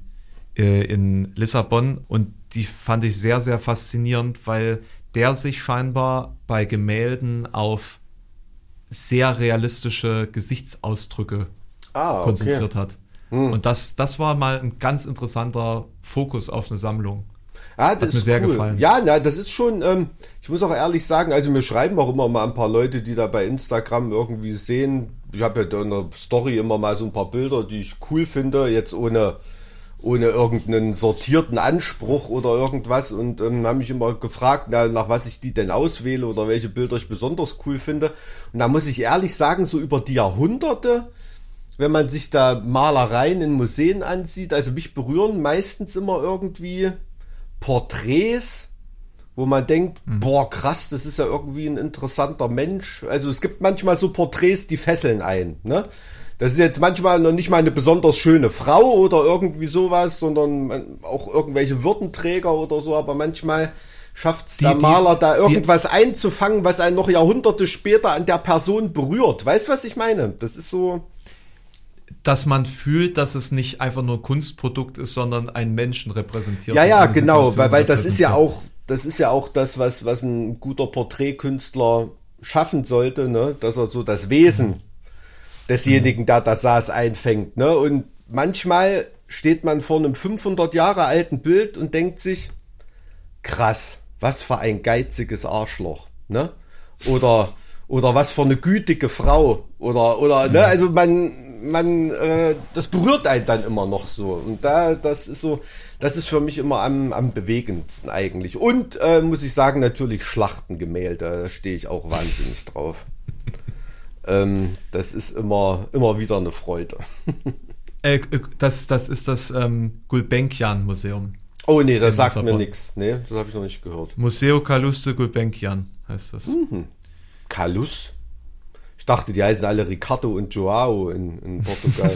Lissabon und die fand ich sehr, sehr faszinierend, weil der sich scheinbar bei Gemälden auf sehr realistische Gesichtsausdrücke konzentriert hat. Und das war mal ein ganz interessanter Fokus auf eine Sammlung. Ah, das hat mir sehr gefallen. Ja, das ist schon, ich muss auch ehrlich sagen, also mir schreiben auch immer mal ein paar Leute, die da bei Instagram irgendwie sehen. Ich habe ja da in der Story immer mal so ein paar Bilder, die ich cool finde, jetzt ohne irgendeinen sortierten Anspruch oder irgendwas, und haben mich immer gefragt, nach was ich die denn auswähle oder welche Bilder ich besonders cool finde. Und da muss ich ehrlich sagen, so über die Jahrhunderte, wenn man sich da Malereien in Museen ansieht, also mich berühren meistens immer irgendwie Porträts, wo man denkt, boah, krass, das ist ja irgendwie ein interessanter Mensch. Also es gibt manchmal so Porträts, die fesseln ein, ne? Das ist jetzt manchmal noch nicht mal eine besonders schöne Frau oder irgendwie sowas, sondern auch irgendwelche Würdenträger oder so, aber manchmal schafft es der Maler da irgendwas einzufangen, was einen noch Jahrhunderte später an der Person berührt. Weißt du, was ich meine? Das ist so... Dass man fühlt, dass es nicht einfach nur ein Kunstprodukt ist, sondern einen Menschen repräsentiert. Ja, genau, weil das ist ja auch das, was ein guter Porträtkünstler schaffen sollte, ne? Dass er so das Wesen desjenigen, der da saß, einfängt, ne? Und manchmal steht man vor einem 500 Jahre alten Bild und denkt sich, krass, was für ein geiziges Arschloch, ne? Oder was für eine gütige Frau oder ne, also man das berührt einen dann immer noch so, und das ist für mich immer am bewegendsten eigentlich. Und muss ich sagen, natürlich Schlachtengemälde, da stehe ich auch wahnsinnig drauf. Das ist immer wieder eine Freude. Das ist das Gulbenkian-Museum. Oh nee, das sagt mir nichts. Nee, das habe ich noch nicht gehört. Museo Carlos de Gulbenkian heißt das. Carlos? Ich dachte, die heißen alle Ricardo und Joao in Portugal.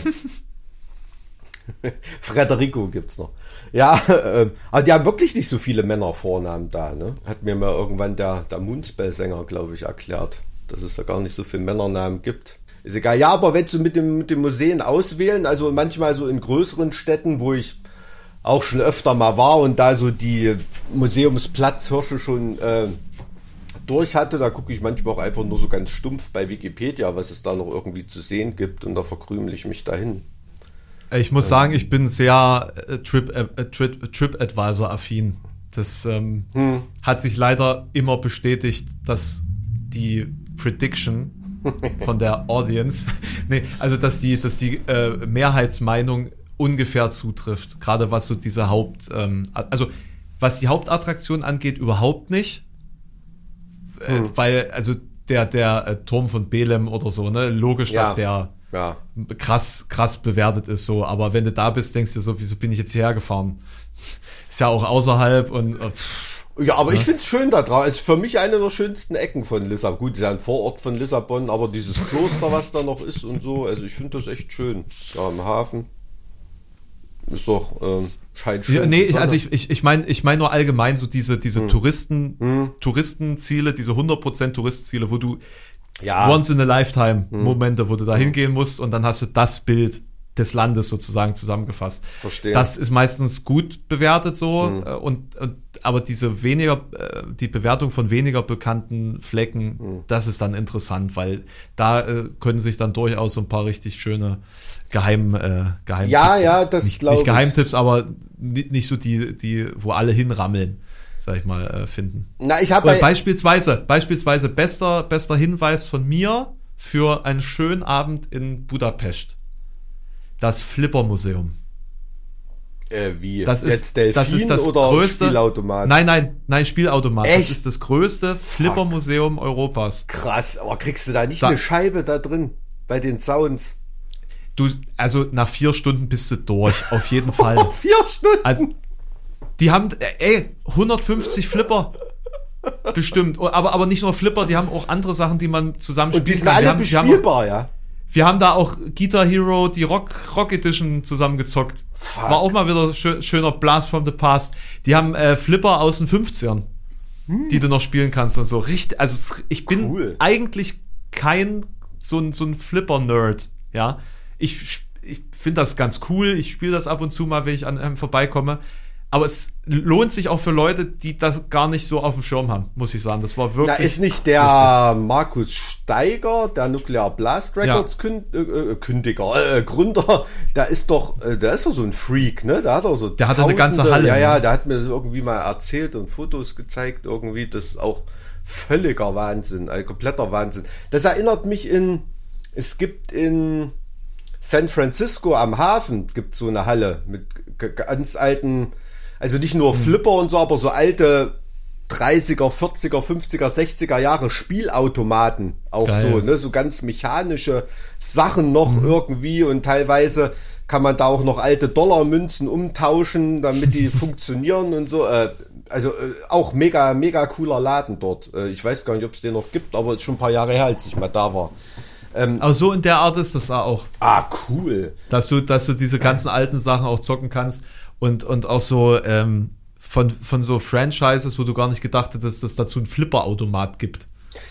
Frederico gibt's noch. Ja, aber die haben wirklich nicht so viele Männervornamen da, ne? Hat mir mal irgendwann der Moonspell-Sänger, glaube ich, erklärt, dass es da gar nicht so viele Männernamen gibt. Ist egal. Ja, aber wenn du mit dem Museen auswählen, also manchmal so in größeren Städten, wo ich auch schon öfter mal war und da so die Museumsplatzhirsche schon durch hatte, da gucke ich manchmal auch einfach nur so ganz stumpf bei Wikipedia, was es da noch irgendwie zu sehen gibt, und da verkrümel ich mich dahin. Ich muss sagen, ich bin sehr TripAdvisor-affin. Das hat sich leider immer bestätigt, dass die Prediction von der Audience, also dass die Mehrheitsmeinung ungefähr zutrifft. Gerade was so diese also was die Hauptattraktion angeht, überhaupt nicht. Weil, also der Turm von Belem oder so, ne, logisch, dass der krass bewertet ist, so, aber wenn du da bist, denkst du so, wieso bin ich jetzt hierher gefahren? Ist ja auch außerhalb und ja, aber ich find's schön da drauf. Ist für mich eine der schönsten Ecken von Lissabon. Gut, ist ja ein Vorort von Lissabon, aber dieses Kloster, was da noch ist und so, also ich finde das echt schön. Da im Hafen. Ist doch, scheint schön. Ja, nee, also ich meine nur allgemein so diese Touristenziele, diese 100% Touristenziele, wo du once in a lifetime Momente, wo du da hingehen musst und dann hast du das Bild des Landes sozusagen zusammengefasst. Verstehe. Das ist meistens gut bewertet so aber die Bewertung von weniger bekannten Flecken, das ist dann interessant, weil da können sich dann durchaus so ein paar richtig schöne Geheimtipps. Ja, das glaube ich. Nicht Geheimtipps, aber nicht so die, wo alle hinrammeln, sag ich mal, finden. Na, ich habe beispielsweise bester Hinweis von mir für einen schönen Abend in Budapest. Das Flipper-Museum. Wie? Das jetzt Delfin das oder größte, Spielautomat? Nein, Spielautomat. Echt? Das ist das größte Flipper-Museum Europas. Krass, aber kriegst du da nicht eine Scheibe da drin bei den Sounds? Also nach 4 Stunden bist du durch, auf jeden Fall. 4 Stunden? Also, die haben, 150 Flipper. Bestimmt. Aber nicht nur Flipper, die haben auch andere Sachen, die man zusammenspielen kann. Und die sind alle bespielbar, ja? Wir haben da auch Guitar Hero, die Rock Edition zusammengezockt. Fuck. War auch mal wieder schöner Blast from the Past. Die haben Flipper aus den 50ern, die du noch spielen kannst und so. Richtig, also ich bin eigentlich kein so ein Flipper-Nerd, ja. Ich finde das ganz cool. Ich spiele das ab und zu mal, wenn ich an einem vorbeikomme. Aber es lohnt sich auch für Leute, die das gar nicht so auf dem Schirm haben, muss ich sagen. Das war wirklich. Da ist nicht der Markus Steiger, der Nuclear Blast Records Gründer, der ist doch so ein Freak, ne? Der hatte eine ganze Halle. Ja, der hat mir irgendwie mal erzählt und Fotos gezeigt, irgendwie. Das ist auch völliger Wahnsinn, kompletter Wahnsinn. Das erinnert mich es gibt in San Francisco am Hafen gibt's so eine Halle mit ganz alten, also nicht nur Flipper und so, aber so alte 30er, 40er, 50er, 60er Jahre Spielautomaten auch. Geil. So, ne, so ganz mechanische Sachen noch irgendwie, und teilweise kann man da auch noch alte Dollarmünzen umtauschen, damit die funktionieren und so. Also auch mega, mega cooler Laden dort. Ich weiß gar nicht, ob es den noch gibt, aber es ist schon ein paar Jahre her, als ich mal da war. Aber so in der Art ist das auch. Cool. Dass du diese ganzen alten Sachen auch zocken kannst und auch so von so Franchises, wo du gar nicht gedacht hättest, dass es dazu einen Flipper-Automat gibt.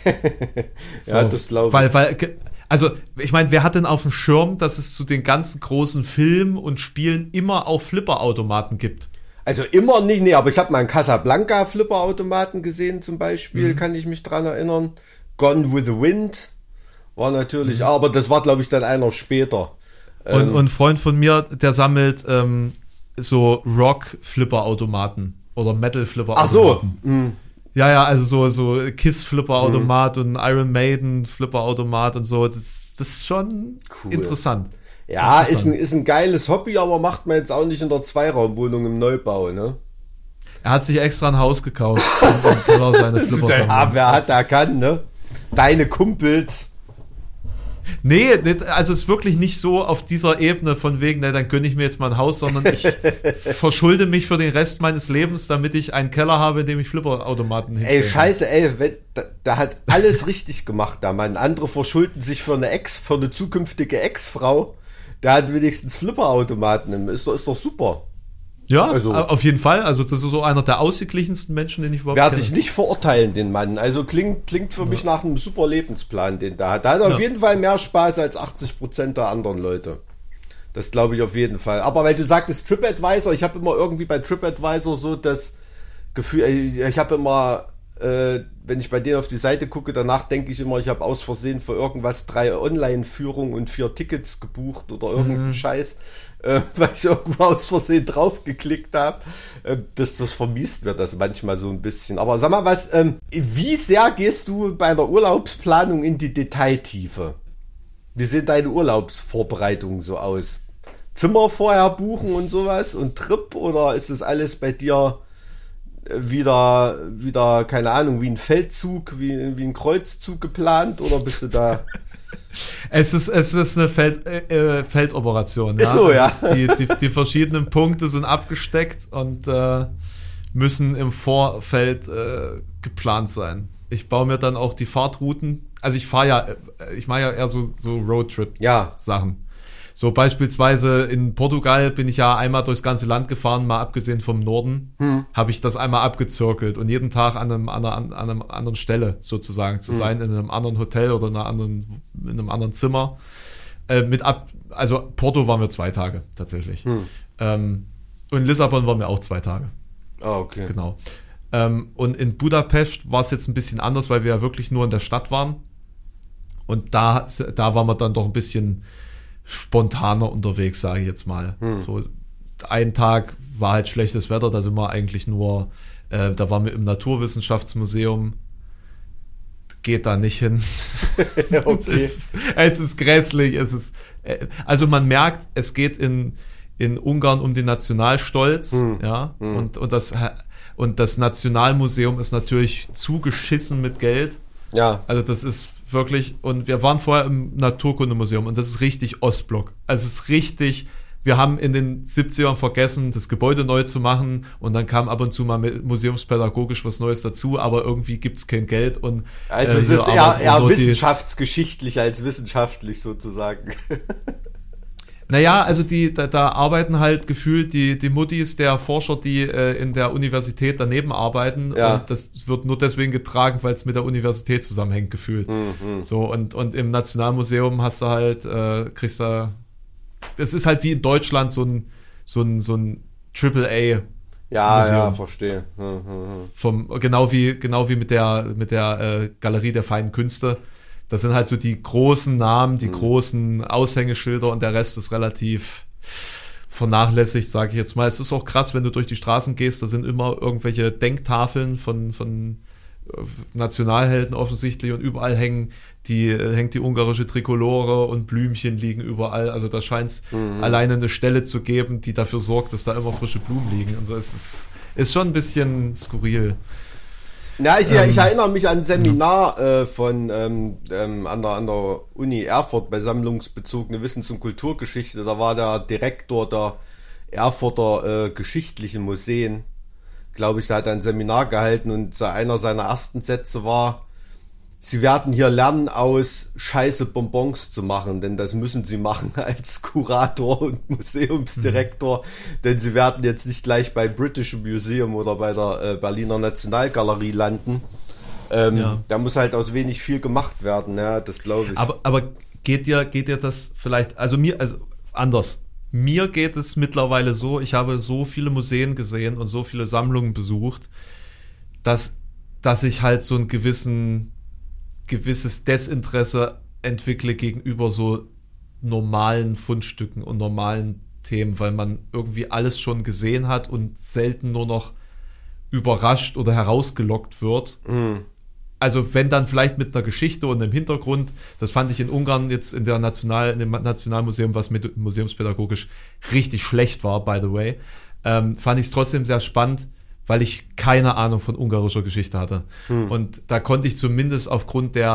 Ja, so, das glaube ich. Weil, also, ich meine, wer hat denn auf dem Schirm, dass es zu den ganzen großen Filmen und Spielen immer auch Flipper-Automaten gibt? Also immer nicht, aber ich habe mal einen Casablanca Flipper-Automaten gesehen zum Beispiel, kann ich mich dran erinnern. Gone with the Wind war natürlich, aber das war, glaube ich, dann einer später. Und ein Freund von mir, der sammelt so Rock-Flipper-Automaten oder Metal-Flipper-Automaten. Ach so. Ja, also so Kiss-Flipper-Automat und Iron Maiden-Flipper-Automat und so. Das ist schon interessant. Ja, ist ein geiles Hobby, aber macht man jetzt auch nicht in der Zweiraumwohnung im Neubau, ne? Er hat sich extra ein Haus gekauft. Und seine Flipper wer hat, der kann, ne? Deine Kumpels. Nee, also es ist wirklich nicht so auf dieser Ebene von wegen, dann gönne ich mir jetzt mal ein Haus, sondern ich verschulde mich für den Rest meines Lebens, damit ich einen Keller habe, in dem ich Flipperautomaten hinstelle. Ey, scheiße, da hat alles richtig gemacht, da Mann. Andere verschulden sich für eine zukünftige Ex-Frau. Der hat wenigstens Flipperautomaten. Ist doch super. Ja, also, auf jeden Fall. Also das ist so einer der ausgeglichensten Menschen, den ich überhaupt kenne. Werde ich nicht verurteilen, den Mann. Also klingt für mich nach einem super Lebensplan, den da hat. Da hat er auf jeden Fall mehr Spaß als 80% der anderen Leute. Das glaube ich auf jeden Fall. Aber weil du sagtest TripAdvisor, ich habe immer irgendwie bei TripAdvisor so das Gefühl, ich habe immer, wenn ich bei denen auf die Seite gucke, danach denke ich immer, ich habe aus Versehen für irgendwas 3 Online-Führungen und 4 Tickets gebucht oder irgendeinen Scheiß. Weil ich irgendwo aus Versehen draufgeklickt habe. Das vermiest mir das manchmal so ein bisschen. Aber sag mal was, wie sehr gehst du bei der Urlaubsplanung in die Detailtiefe? Wie sehen deine Urlaubsvorbereitungen so aus? Zimmer vorher buchen und sowas und Trip, oder ist das alles bei dir wieder keine Ahnung, wie ein Feldzug, wie ein Kreuzzug geplant, oder bist du da... Es ist eine Feldoperation. Ist so, ja. Die verschiedenen Punkte sind abgesteckt und müssen im Vorfeld geplant sein. Ich baue mir dann auch die Fahrtrouten. Also ich mache ja eher so Roadtrip-Sachen. So beispielsweise in Portugal bin ich ja einmal durchs ganze Land gefahren, mal abgesehen vom Norden, habe ich das einmal abgezirkelt und jeden Tag an einer anderen Stelle sozusagen zu sein, in einem anderen Hotel oder in einem anderen Zimmer. Also Porto waren wir 2 Tage tatsächlich. Und Lissabon waren wir auch 2 Tage. Ah, okay. Genau. Und in Budapest war es jetzt ein bisschen anders, weil wir ja wirklich nur in der Stadt waren. Und da waren wir dann doch ein bisschen spontaner unterwegs, sage ich jetzt mal. So ein Tag war halt schlechtes Wetter, da sind wir eigentlich nur, da waren wir im Naturwissenschaftsmuseum, geht da nicht hin. Okay. Es ist grässlich, also man merkt, es geht in Ungarn um den Nationalstolz, ja, und das Nationalmuseum ist natürlich zugeschissen mit Geld. Ja. Also das ist wirklich, und wir waren vorher im Naturkundemuseum und das ist richtig Ostblock. Also es ist richtig, wir haben in den 70ern vergessen, das Gebäude neu zu machen und dann kam ab und zu mal museumspädagogisch was Neues dazu, aber irgendwie gibt es kein Geld. Und also es ist eher wissenschaftsgeschichtlich als wissenschaftlich sozusagen. Naja, also da arbeiten halt gefühlt die Muttis der Forscher, die in der Universität daneben arbeiten. Ja. Und das wird nur deswegen getragen, weil es mit der Universität zusammenhängt, gefühlt. So, und im Nationalmuseum hast du halt, kriegst du, das ist halt wie in Deutschland so ein AAA. Ja, verstehe. Genau wie mit der Galerie der feinen Künste. Das sind halt so die großen Namen, die großen Aushängeschilder und der Rest ist relativ vernachlässigt, sage ich jetzt mal. Es ist auch krass, wenn du durch die Straßen gehst, da sind immer irgendwelche Denktafeln von Nationalhelden offensichtlich und überall hängt die ungarische Trikolore und Blümchen liegen überall. Also da scheint es alleine eine Stelle zu geben, die dafür sorgt, dass da immer frische Blumen liegen. Also es ist schon ein bisschen skurril. Ja, ich erinnere mich an ein Seminar an der Uni Erfurt bei sammlungsbezogene Wissens- und Kulturgeschichte. Da war der Direktor der Erfurter geschichtlichen Museen, glaube ich, da hat er ein Seminar gehalten und einer seiner ersten Sätze war: Sie werden hier lernen, aus Scheiße Bonbons zu machen, denn das müssen Sie machen als Kurator und Museumsdirektor, denn Sie werden jetzt nicht gleich bei British Museum oder bei der Berliner Nationalgalerie landen. Da muss halt aus wenig viel gemacht werden, ja, das glaube ich. Aber geht dir das vielleicht, anders. Mir geht es mittlerweile so, ich habe so viele Museen gesehen und so viele Sammlungen besucht, dass ich halt so ein gewisses Desinteresse entwickle gegenüber so normalen Fundstücken und normalen Themen, weil man irgendwie alles schon gesehen hat und selten nur noch überrascht oder herausgelockt wird. Also wenn dann vielleicht mit einer Geschichte und einem Hintergrund, das fand ich in Ungarn jetzt in dem Nationalmuseum, was mit museumspädagogisch richtig schlecht war, by the way, fand ich es trotzdem sehr spannend, weil ich keine Ahnung von ungarischer Geschichte hatte. Und da konnte ich zumindest aufgrund der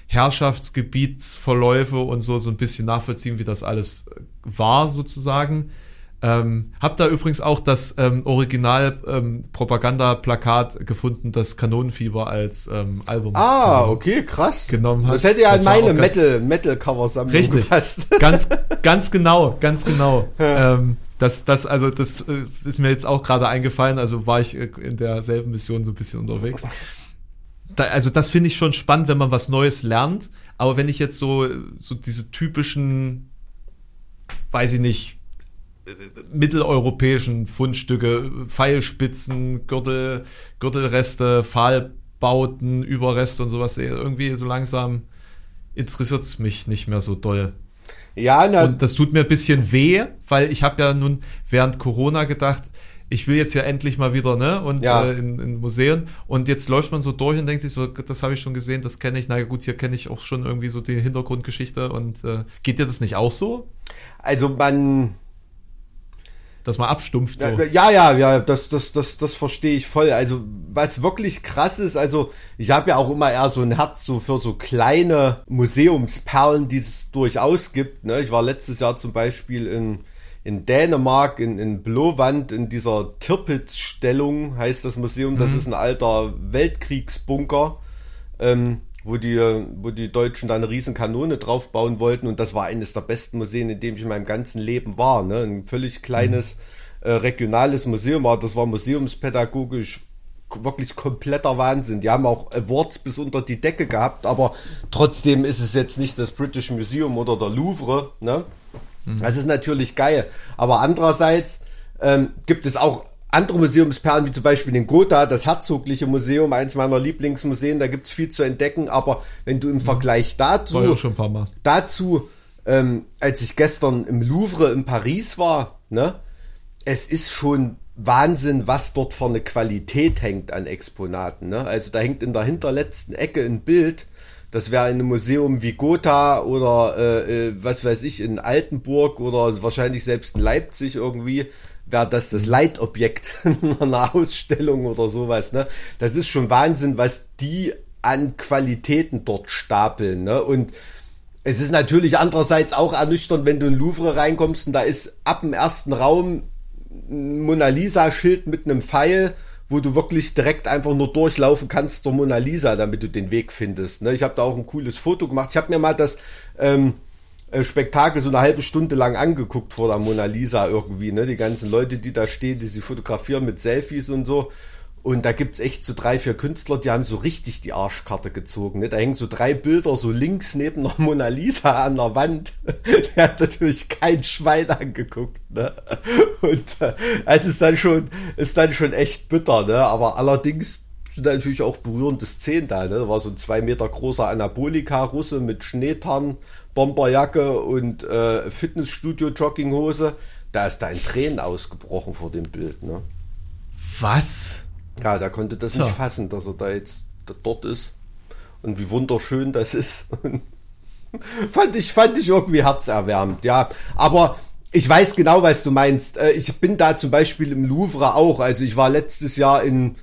Herrschaftsgebietsverläufe und so ein bisschen nachvollziehen, wie das alles war sozusagen. Hab da übrigens auch das Original-Propaganda-Plakat gefunden, das Kanonenfieber als Album okay, krass. Genommen hat. Das hätte ja in meine Metal-Cover-Sammlung gepasst. Ganz genau. Das ist mir jetzt auch gerade eingefallen, also war ich in derselben Mission so ein bisschen unterwegs. Also das finde ich schon spannend, wenn man was Neues lernt, aber wenn ich jetzt so diese typischen, weiß ich nicht, mitteleuropäischen Fundstücke, Pfeilspitzen, Gürtelreste, Pfahlbauten, Überreste und sowas sehe, irgendwie so langsam interessiert es mich nicht mehr so doll. Ja, und das tut mir ein bisschen weh, weil ich habe ja nun während Corona gedacht, ich will jetzt ja endlich mal wieder, ne, und in Museen, und jetzt läuft man so durch und denkt sich so, das habe ich schon gesehen, das kenne ich, na gut, hier kenne ich auch schon irgendwie so die Hintergrundgeschichte, und geht dir das nicht auch so? Also dass man abstumpft. So. Ja, das verstehe ich voll. Also was wirklich krass ist, also ich habe ja auch immer eher so ein Herz so für so kleine Museumsperlen, die es durchaus gibt. Ne? Ich war letztes Jahr zum Beispiel in Dänemark, in Blåvand, in dieser Tirpitz-Stellung heißt das Museum. Das ist ein alter Weltkriegsbunker, wo die Deutschen da eine riesen Kanone drauf bauen wollten, und das war eines der besten Museen, in dem ich in meinem ganzen Leben war. Ne? Ein völlig kleines regionales Museum, aber das war museumspädagogisch wirklich kompletter Wahnsinn. Die haben auch Awards bis unter die Decke gehabt, aber trotzdem ist es jetzt nicht das British Museum oder der Louvre. Ne? Das ist natürlich geil, aber andererseits gibt es auch andere Museumsperlen, wie zum Beispiel in Gotha, das Herzogliche Museum, eins meiner Lieblingsmuseen, da gibt's viel zu entdecken, aber wenn du im Vergleich dazu, als ich gestern im Louvre in Paris war, ne, es ist schon Wahnsinn, was dort für eine Qualität hängt an Exponaten, ne, also da hängt in der hinterletzten Ecke ein Bild, das wäre in einem Museum wie Gotha oder was weiß ich, in Altenburg oder wahrscheinlich selbst in Leipzig irgendwie, wäre das Leitobjekt in einer Ausstellung oder sowas, ne? Das ist schon Wahnsinn, was die an Qualitäten dort stapeln, ne? Und es ist natürlich andererseits auch ernüchternd, wenn du in Louvre reinkommst und da ist ab dem ersten Raum ein Mona Lisa-Schild mit einem Pfeil, wo du wirklich direkt einfach nur durchlaufen kannst zur Mona Lisa, damit du den Weg findest, ne? Ich habe da auch ein cooles Foto gemacht. Ich habe mir mal das Spektakel so eine halbe Stunde lang angeguckt vor der Mona Lisa irgendwie, ne, die ganzen Leute, die da stehen, die sie fotografieren mit Selfies und so, und da gibt's echt so 3-4 Künstler, die haben so richtig die Arschkarte gezogen, ne, da hängen so 3 Bilder so links neben der Mona Lisa an der Wand, der hat natürlich kein Schwein angeguckt, ne, und es ist dann schon echt bitter, ne, aber allerdings sind natürlich auch berührende Szenen da, ne? Da war so ein 2 Meter großer Anabolika-Russe mit Schneetarn, Bomberjacke und Fitnessstudio-Jogginghose. Da ist da in Tränen ausgebrochen vor dem Bild, ne? Was? Ja, der konnte das nicht fassen, dass er da jetzt dort ist und wie wunderschön das ist. fand ich irgendwie herzerwärmend, ja. Aber ich weiß genau, was du meinst. Ich bin da zum Beispiel im Louvre auch. Also ich war letztes Jahr in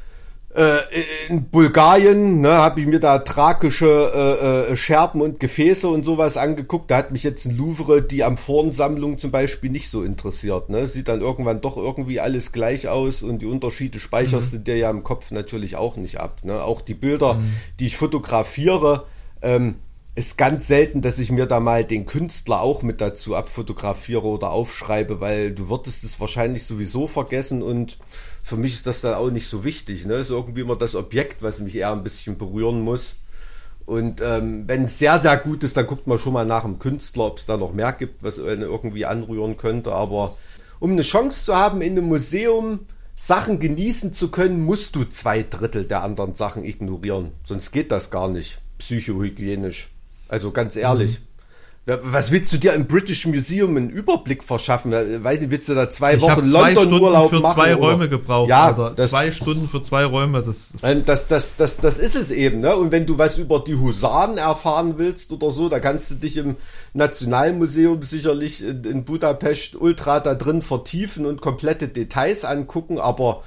Bulgarien, ne, habe ich mir da thrakische Scherben und Gefäße und sowas angeguckt. Da hat mich jetzt ein Louvre, die Amphorensammlung zum Beispiel, nicht so interessiert. Ne? Sieht dann irgendwann doch irgendwie alles gleich aus und die Unterschiede speicherst du dir ja im Kopf natürlich auch nicht ab. Ne? Auch die Bilder, die ich fotografiere, ist ganz selten, dass ich mir da mal den Künstler auch mit dazu abfotografiere oder aufschreibe, weil du würdest es wahrscheinlich sowieso vergessen, und für mich ist das dann auch nicht so wichtig. Ne? Ist irgendwie immer das Objekt, was mich eher ein bisschen berühren muss. Und wenn es sehr, sehr gut ist, dann guckt man schon mal nach dem Künstler, ob es da noch mehr gibt, was einen irgendwie anrühren könnte. Aber um eine Chance zu haben, in einem Museum Sachen genießen zu können, musst du 2/3 der anderen Sachen ignorieren. Sonst geht das gar nicht, psychohygienisch. Also ganz ehrlich. Was willst du dir im British Museum einen Überblick verschaffen? Weiß nicht, willst du da 2 Wochen London-Urlaub machen? Ich habe 2 Stunden für 2 Räume gebraucht. Ja, 2 Stunden für 2 Räume. Das ist es eben. Ne? Und wenn du was über die Husaren erfahren willst oder so, da kannst du dich im Nationalmuseum sicherlich in Budapest ultra da drin vertiefen und komplette Details angucken. Aber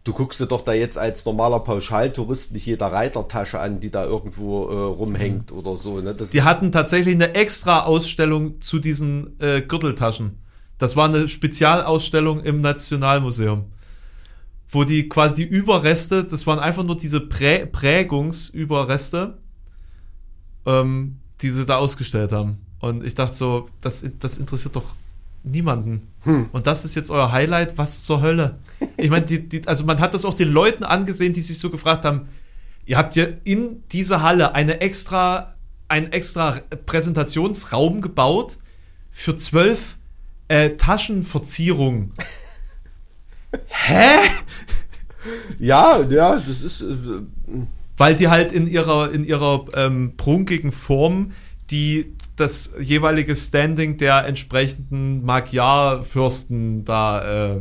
du guckst dir doch da jetzt als normaler Pauschaltourist nicht jeder Reitertasche an, die da irgendwo rumhängt oder so. Ne? Die hatten tatsächlich eine extra Ausstellung zu diesen Gürteltaschen. Das war eine Spezialausstellung im Nationalmuseum, wo die quasi Überreste, das waren einfach nur diese Prägungsüberreste, die sie da ausgestellt haben. Und ich dachte so, das interessiert doch niemanden. Und das ist jetzt euer Highlight, was zur Hölle? Ich meine, also man hat das auch den Leuten angesehen, die sich so gefragt haben, ihr habt ja in diese Halle einen extra Präsentationsraum gebaut für 12 Taschenverzierungen. Hä? Ja, das ist... Weil die halt in ihrer prunkigen Form das jeweilige Standing der entsprechenden Magyar-Fürsten da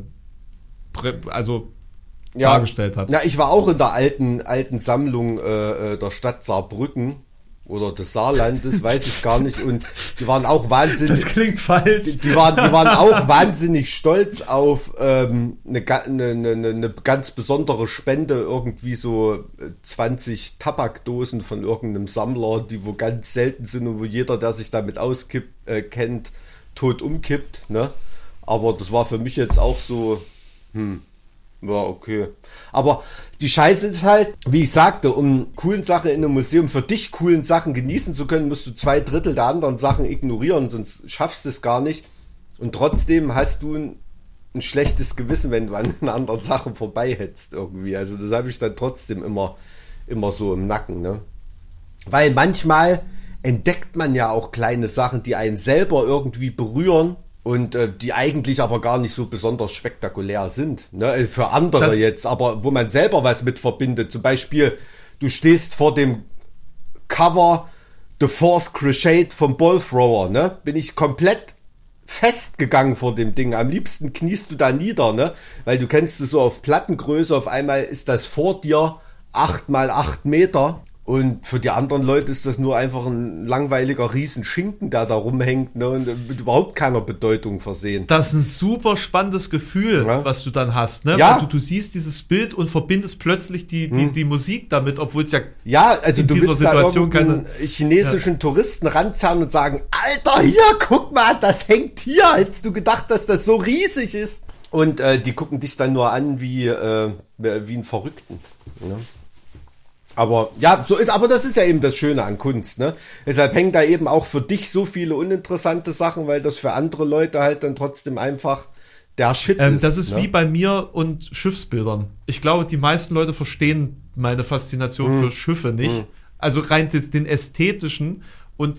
dargestellt hat. Ja, ich war auch in der alten Sammlung der Stadt Saarbrücken oder des Saarlandes, weiß ich gar nicht. Und die waren auch wahnsinnig. Das klingt falsch. Die waren auch wahnsinnig stolz auf eine ganz besondere Spende, irgendwie so 20 Tabakdosen von irgendeinem Sammler, die wo ganz selten sind und wo jeder, der sich damit kennt, tot umkippt. Ne? Aber das war für mich jetzt auch so, ja, okay. Aber die Scheiße ist halt, wie ich sagte, um coolen Sachen in einem Museum, für dich coolen Sachen genießen zu können, musst du 2/3 der anderen Sachen ignorieren, sonst schaffst du es gar nicht. Und trotzdem hast du ein schlechtes Gewissen, wenn du an den anderen Sachen vorbeihetzt irgendwie. Also das habe ich dann trotzdem immer so im Nacken, ne? Weil manchmal entdeckt man ja auch kleine Sachen, die einen selber irgendwie berühren. Und die eigentlich aber gar nicht so besonders spektakulär sind, ne? Für andere jetzt, aber wo man selber was mit verbindet. Zum Beispiel, du stehst vor dem Cover The Fourth Crusade vom Ballthrower, ne? Bin ich komplett festgegangen vor dem Ding. Am liebsten kniest du da nieder, ne? Weil du kennst es so auf Plattengröße, auf einmal ist das vor dir 8x8 Meter. Und für die anderen Leute ist das nur einfach ein langweiliger Riesenschinken, der da rumhängt, ne, und mit überhaupt keiner Bedeutung versehen. Das ist ein super spannendes Gefühl, ja, was du dann hast, ne? Ja. Weil du siehst dieses Bild und verbindest plötzlich die Musik damit, obwohl es also in dieser Situation keine chinesischen Touristen ranzerren und sagen, Alter, hier, guck mal, das hängt hier. Hättest du gedacht, dass das so riesig ist? Und die gucken dich dann nur an wie einen Verrückten, ne? Aber ja, so ist, aber das ist ja eben das Schöne an Kunst, ne? Deshalb hängen da eben auch für dich so viele uninteressante Sachen, weil das für andere Leute halt dann trotzdem einfach der Shit ist. Das ist, ne? Wie bei mir und Schiffsbildern. Ich glaube, die meisten Leute verstehen meine Faszination für Schiffe nicht. Also rein den ästhetischen und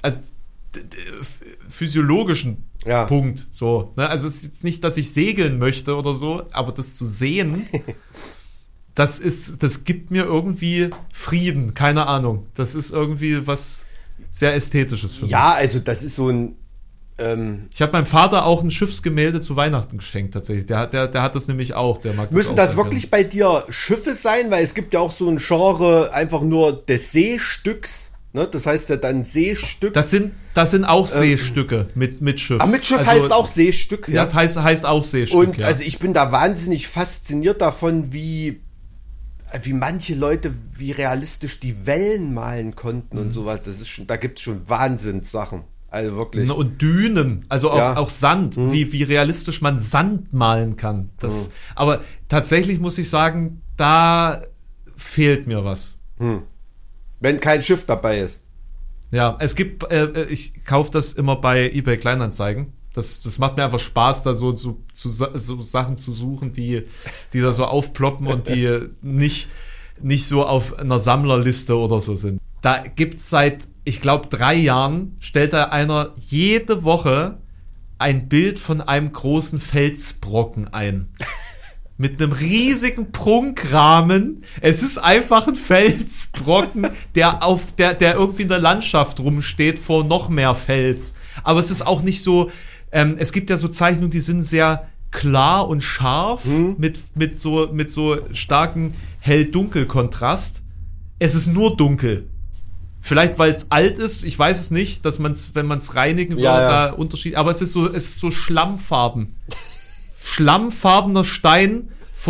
physiologischen Punkt, so, ne? Also es ist jetzt nicht, dass ich segeln möchte oder so, aber das zu sehen, das gibt mir irgendwie Frieden, keine Ahnung. Das ist irgendwie was sehr Ästhetisches für mich. Ja, also das ist so ein... Ich habe meinem Vater auch ein Schiffsgemälde zu Weihnachten geschenkt, tatsächlich. Der hat das nämlich auch. Der mag Müssen das wirklich bei dir Schiffe sein? Weil es gibt ja auch so ein Genre einfach nur des Seestücks. Ne? Das heißt ja dann Seestück. Das sind auch Seestücke mit Schiff. Ach, mit Schiff heißt auch Seestück? Ja, das heißt auch Seestück. Und also ich bin da wahnsinnig fasziniert davon, wie manche Leute, wie realistisch die Wellen malen konnten und sowas. Das ist schon, da gibt's schon Wahnsinnssachen. Also wirklich. Und Dünen, also auch Sand, wie realistisch man Sand malen kann. Aber tatsächlich muss ich sagen, da fehlt mir was. Wenn kein Schiff dabei ist. Ja, es gibt, ich kaufe das immer bei eBay Kleinanzeigen. Das macht mir einfach Spaß, da so Sachen zu suchen, die da so aufploppen und die nicht so auf einer Sammlerliste oder so sind. Da gibt's seit, ich glaube, 3 Jahren, stellt da einer jede Woche ein Bild von einem großen Felsbrocken ein. Mit einem riesigen Prunkrahmen. Es ist einfach ein Felsbrocken, der irgendwie in der Landschaft rumsteht vor noch mehr Fels. Aber es ist auch nicht so, es gibt ja so Zeichnungen, die sind sehr klar und scharf, mit so starken Hell-Dunkel-Kontrast. Es ist nur dunkel. Vielleicht, weil es alt ist, ich weiß es nicht, dass wenn man es reinigen würde, da Unterschied, aber es ist so Schlammfarben. Schlammfarbener Stein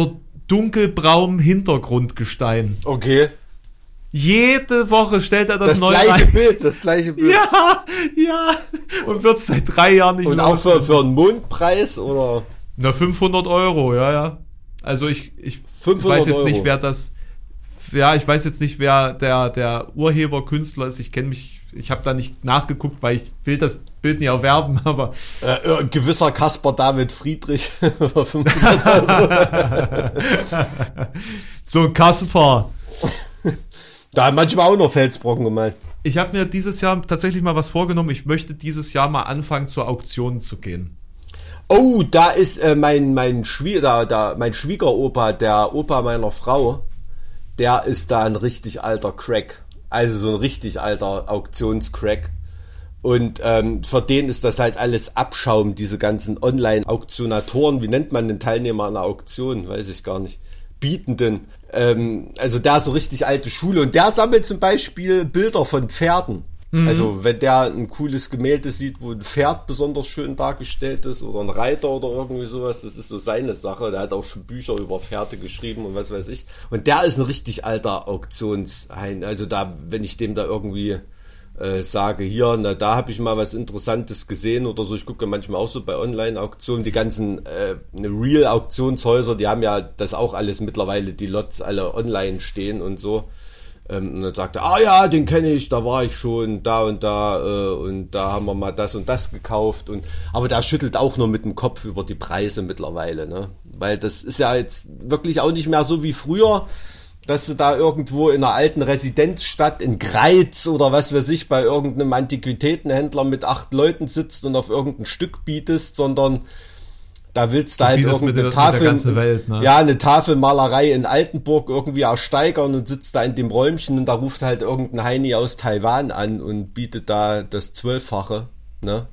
dunkelbraunem Hintergrundgestein. Okay. Jede Woche stellt er das neu gleiche rein. Bild, das gleiche Bild. Ja. Und wird seit 3 Jahren nicht und mehr. Und auch für einen Mondpreis, oder? Na, 500 Euro, ja. Also ich weiß jetzt nicht, wer das... Ja, ich weiß jetzt nicht, wer der Urheber, Künstler ist. Ich habe da nicht nachgeguckt, weil ich will das Bild nicht erwerben, aber... Ein gewisser Caspar David Friedrich für 500 Euro. So ein Caspar. Da haben manchmal auch noch Felsbrocken gemeint. Ich habe mir dieses Jahr tatsächlich mal was vorgenommen. Ich möchte dieses Jahr mal anfangen, zur Auktion zu gehen. Oh, da ist mein Schwiegeropa, der Opa meiner Frau, der ist da ein richtig alter Crack. Also so ein richtig alter Auktionscrack. Und für den ist das halt alles Abschaum, diese ganzen Online-Auktionatoren. Wie nennt man den Teilnehmer einer Auktion? Weiß ich gar nicht. Bietenden. Also der ist so richtig alte Schule. Und der sammelt zum Beispiel Bilder von Pferden. Mhm. Also wenn der ein cooles Gemälde sieht, wo ein Pferd besonders schön dargestellt ist oder ein Reiter oder irgendwie sowas, das ist so seine Sache. Der hat auch schon Bücher über Pferde geschrieben und was weiß ich. Und der ist ein richtig alter Auktionshain. Also da, wenn ich dem da irgendwie sage, hier, na da habe ich mal was Interessantes gesehen oder so. Ich gucke manchmal auch so bei Online-Auktionen. Die ganzen Real-Auktionshäuser, die haben ja das auch alles mittlerweile, die Lots alle online stehen und so. Und dann sagt er, ja, den kenne ich, da war ich schon, da und da haben wir mal das und das gekauft. Aber der schüttelt auch nur mit dem Kopf über die Preise mittlerweile, ne? Weil das ist ja jetzt wirklich auch nicht mehr so wie früher, dass du da irgendwo in einer alten Residenzstadt in Greiz oder was weiß ich bei irgendeinem Antiquitätenhändler mit 8 Leuten sitzt und auf irgendein Stück bietest, sondern da willst du halt irgendeine Tafel, Welt, ne? Ja, eine Tafelmalerei in Altenburg irgendwie ersteigern und sitzt da in dem Räumchen und da ruft halt irgendein Heini aus Taiwan an und bietet da das 12-fache, ne?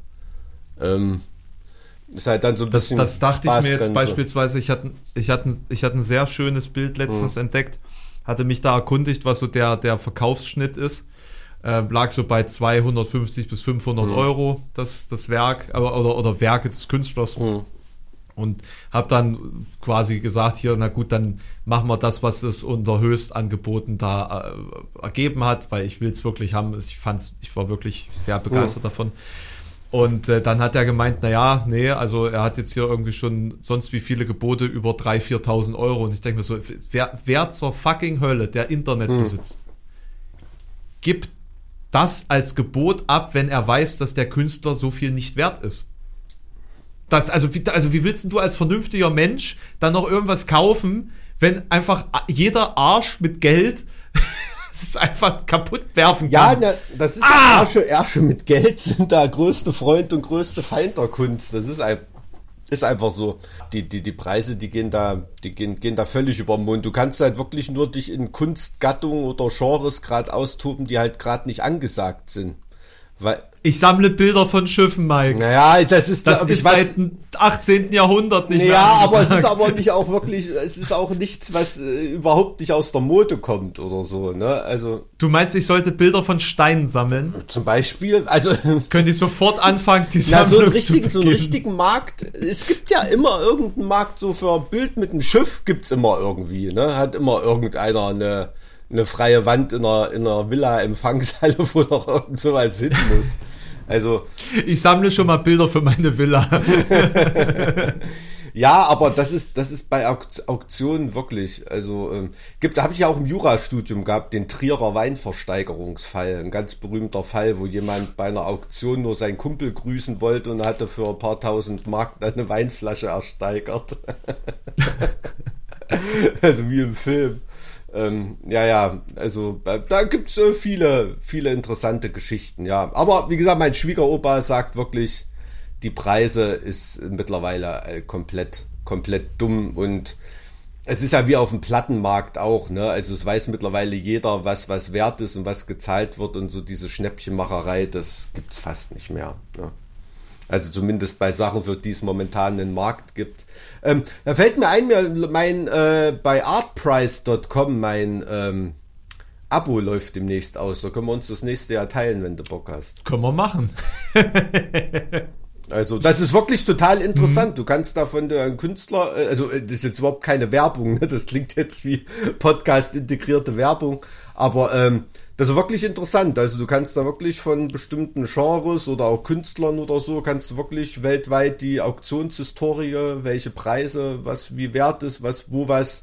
Ist halt dann so ein bisschen Das dachte ich mir jetzt beispielsweise, ich hatte ein sehr schönes Bild letztens entdeckt, hatte mich da erkundigt, was so der Verkaufsschnitt ist. Lag so bei 250 bis 500 Euro, das Werk, oder Werke des Künstlers. Und habe dann quasi gesagt, hier, na gut, dann machen wir das, was es unter Höchstangeboten da ergeben hat, weil ich will es wirklich haben. Ich war wirklich sehr begeistert davon. Und dann hat er gemeint, also er hat jetzt hier irgendwie schon sonst wie viele Gebote über 3.000, 4.000 Euro. Und ich denke mir so, wer zur fucking Hölle, der Internet besitzt, gibt das als Gebot ab, wenn er weiß, dass der Künstler so viel nicht wert ist. Wie willst denn du als vernünftiger Mensch dann noch irgendwas kaufen, wenn einfach jeder Arsch mit Geld es einfach kaputt werfen kann? Ja, das ist Ärsche mit Geld sind da größte Freund und größte Feind der Kunst. Das ist einfach so. Die Preise, die gehen da völlig über den Mund. Du kannst halt wirklich nur dich in Kunstgattungen oder Genres gerade austoben, die halt gerade nicht angesagt sind. Weil ich sammle Bilder von Schiffen, Mike. Naja, das ist seit dem 18. Jahrhundert nicht mehr. Ja, aber es ist aber nicht auch wirklich, es ist auch nichts, was überhaupt nicht aus der Mode kommt oder so, ne? Also. Du meinst, ich sollte Bilder von Steinen sammeln? Zum Beispiel, also. Könnte ich sofort anfangen, die Sammlung so einen richtigen Markt. Es gibt ja immer irgendeinen Markt, so für ein Bild mit einem Schiff gibt's immer irgendwie, ne? Hat immer irgendeiner eine freie Wand in einer Villa-Empfangshalle, wo noch irgend sowas hin muss. Also. Ich sammle schon mal Bilder für meine Villa. Ja, aber das ist bei Auktionen wirklich, also, da habe ich ja auch im Jurastudium gehabt, den Trierer Weinversteigerungsfall, ein ganz berühmter Fall, wo jemand bei einer Auktion nur seinen Kumpel grüßen wollte und hatte für ein paar tausend Mark eine Weinflasche ersteigert. Also wie im Film. Also da gibt's viele interessante Geschichten, ja. Aber wie gesagt, mein Schwiegeropa sagt wirklich, die Preise ist mittlerweile komplett dumm und es ist ja wie auf dem Plattenmarkt auch, ne? Also es weiß mittlerweile jeder, was wert ist und was gezahlt wird und so diese Schnäppchenmacherei, das gibt's fast nicht mehr, ne? Also zumindest bei Sachen, für die es momentan einen Markt gibt. Da fällt mir ein, bei artprice.com mein Abo läuft demnächst aus. Da können wir uns das nächste Jahr teilen, wenn du Bock hast. Können wir machen. Also das ist wirklich total interessant. Du kannst davon einen Künstler, also das ist jetzt überhaupt keine Werbung, ne? Das klingt jetzt wie Podcast-integrierte Werbung, aber das ist wirklich interessant. Also du kannst da wirklich von bestimmten Genres oder auch Künstlern oder so, kannst du wirklich weltweit die Auktionshistorie, welche Preise, was wie wert ist, wo was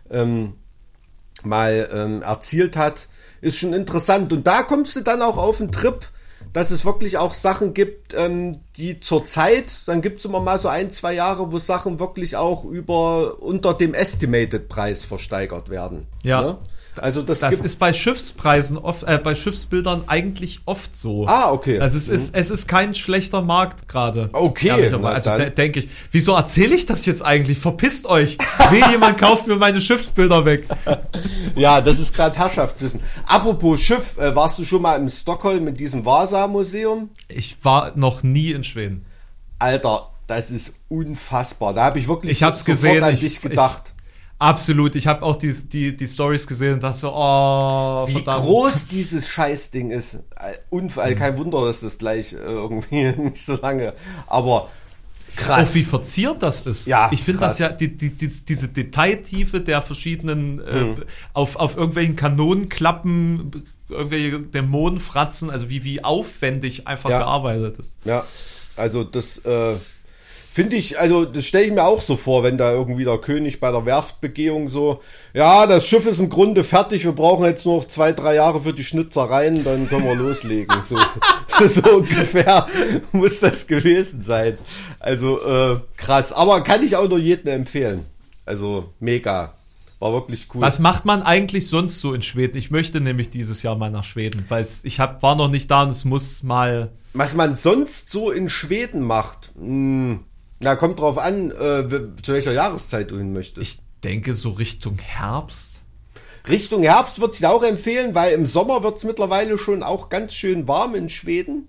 mal erzielt hat, ist schon interessant. Und da kommst du dann auch auf den Trip, dass es wirklich auch Sachen gibt, die zur Zeit, dann gibt es immer mal so 1-2 Jahre, wo Sachen wirklich auch unter dem Estimated-Preis versteigert werden. Ja. Ne? Also das ist bei Schiffspreisen oft, bei Schiffsbildern eigentlich oft so. Ah, okay. Also es ist kein schlechter Markt gerade. Okay. Also denke ich. Wieso erzähle ich das jetzt eigentlich? Verpisst euch. Jemand kauft mir meine Schiffsbilder weg. Ja, das ist gerade Herrschaftswissen. Apropos Schiff, warst du schon mal in Stockholm in diesem Vasa-Museum? Ich war noch nie in Schweden. Alter, das ist unfassbar. Da habe ich wirklich sofort gesehen, an dich gedacht. Absolut, ich habe auch die Stories gesehen und dachte so, oh, wie verdammt. groß dieses Scheißding ist. Kein Wunder, dass das gleich irgendwie nicht so lange, aber krass. Auch wie verziert das ist. Ja, ich finde das ja, diese Detailtiefe der verschiedenen, auf irgendwelchen Kanonenklappen, irgendwelche Dämonenfratzen, also wie aufwendig einfach gearbeitet ist. Ja, also das finde ich, also das stelle ich mir auch so vor, wenn da irgendwie der König bei der Werftbegehung so, ja, das Schiff ist im Grunde fertig, wir brauchen jetzt noch 2-3 Jahre für die Schnitzereien, dann können wir loslegen. So ungefähr muss das gewesen sein. Also krass, aber kann ich auch nur jedem empfehlen. Also mega. War wirklich cool. Was macht man eigentlich sonst so in Schweden? Ich möchte nämlich dieses Jahr mal nach Schweden, weil war noch nicht da und es muss mal... Was man sonst so in Schweden macht? Na, kommt drauf an, zu welcher Jahreszeit du hin möchtest. Ich denke so Richtung Herbst. Richtung Herbst würde ich dir auch empfehlen, weil im Sommer wird es mittlerweile schon auch ganz schön warm in Schweden.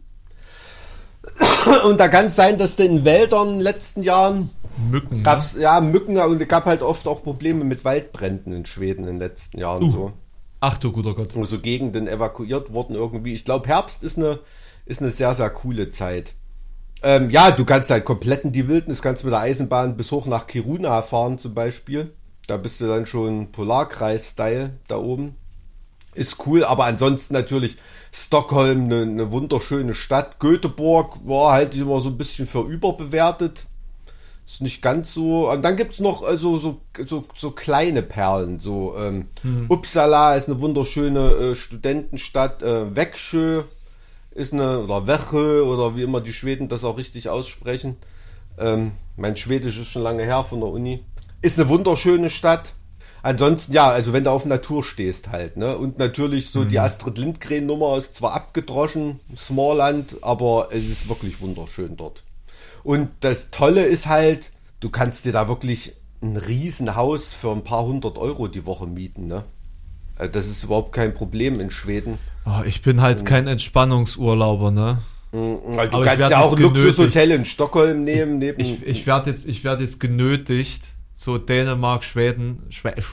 Und da kann es sein, dass in den Wäldern in den letzten Jahren Mücken. Gab's, ja, Mücken, und es gab halt oft auch Probleme mit Waldbränden in Schweden in den letzten Jahren. So. Ach du guter Gott. Wo so Gegenden evakuiert wurden irgendwie. Ich glaube, Herbst ist eine sehr, sehr coole Zeit. Ja, du kannst halt komplett in die Wildnis, kannst mit der Eisenbahn bis hoch nach Kiruna fahren zum Beispiel. Da bist du dann schon Polarkreis-Style da oben. Ist cool, aber ansonsten natürlich Stockholm, eine wunderschöne Stadt. Göteborg, halte ich immer so ein bisschen für überbewertet. Ist nicht ganz so. Und dann gibt's noch so kleine Perlen. So Uppsala ist eine wunderschöne Studentenstadt. Växjö ist oder Växjö oder wie immer die Schweden das auch richtig aussprechen. Mein Schwedisch ist schon lange her von der Uni. Ist eine wunderschöne Stadt. Ansonsten, ja, also wenn du auf Natur stehst halt, ne? Und natürlich so die Astrid Lindgren-Nummer ist zwar abgedroschen, Smallland, aber es ist wirklich wunderschön dort. Und das Tolle ist halt, du kannst dir da wirklich ein Riesenhaus für ein paar 100 Euro die Woche mieten, ne? Das ist überhaupt kein Problem in Schweden. Oh, ich bin halt kein Entspannungsurlauber, ne? Du kannst ja auch ein Luxushotel in Stockholm nehmen. Ich werde jetzt genötigt, so Dänemark, Schweden.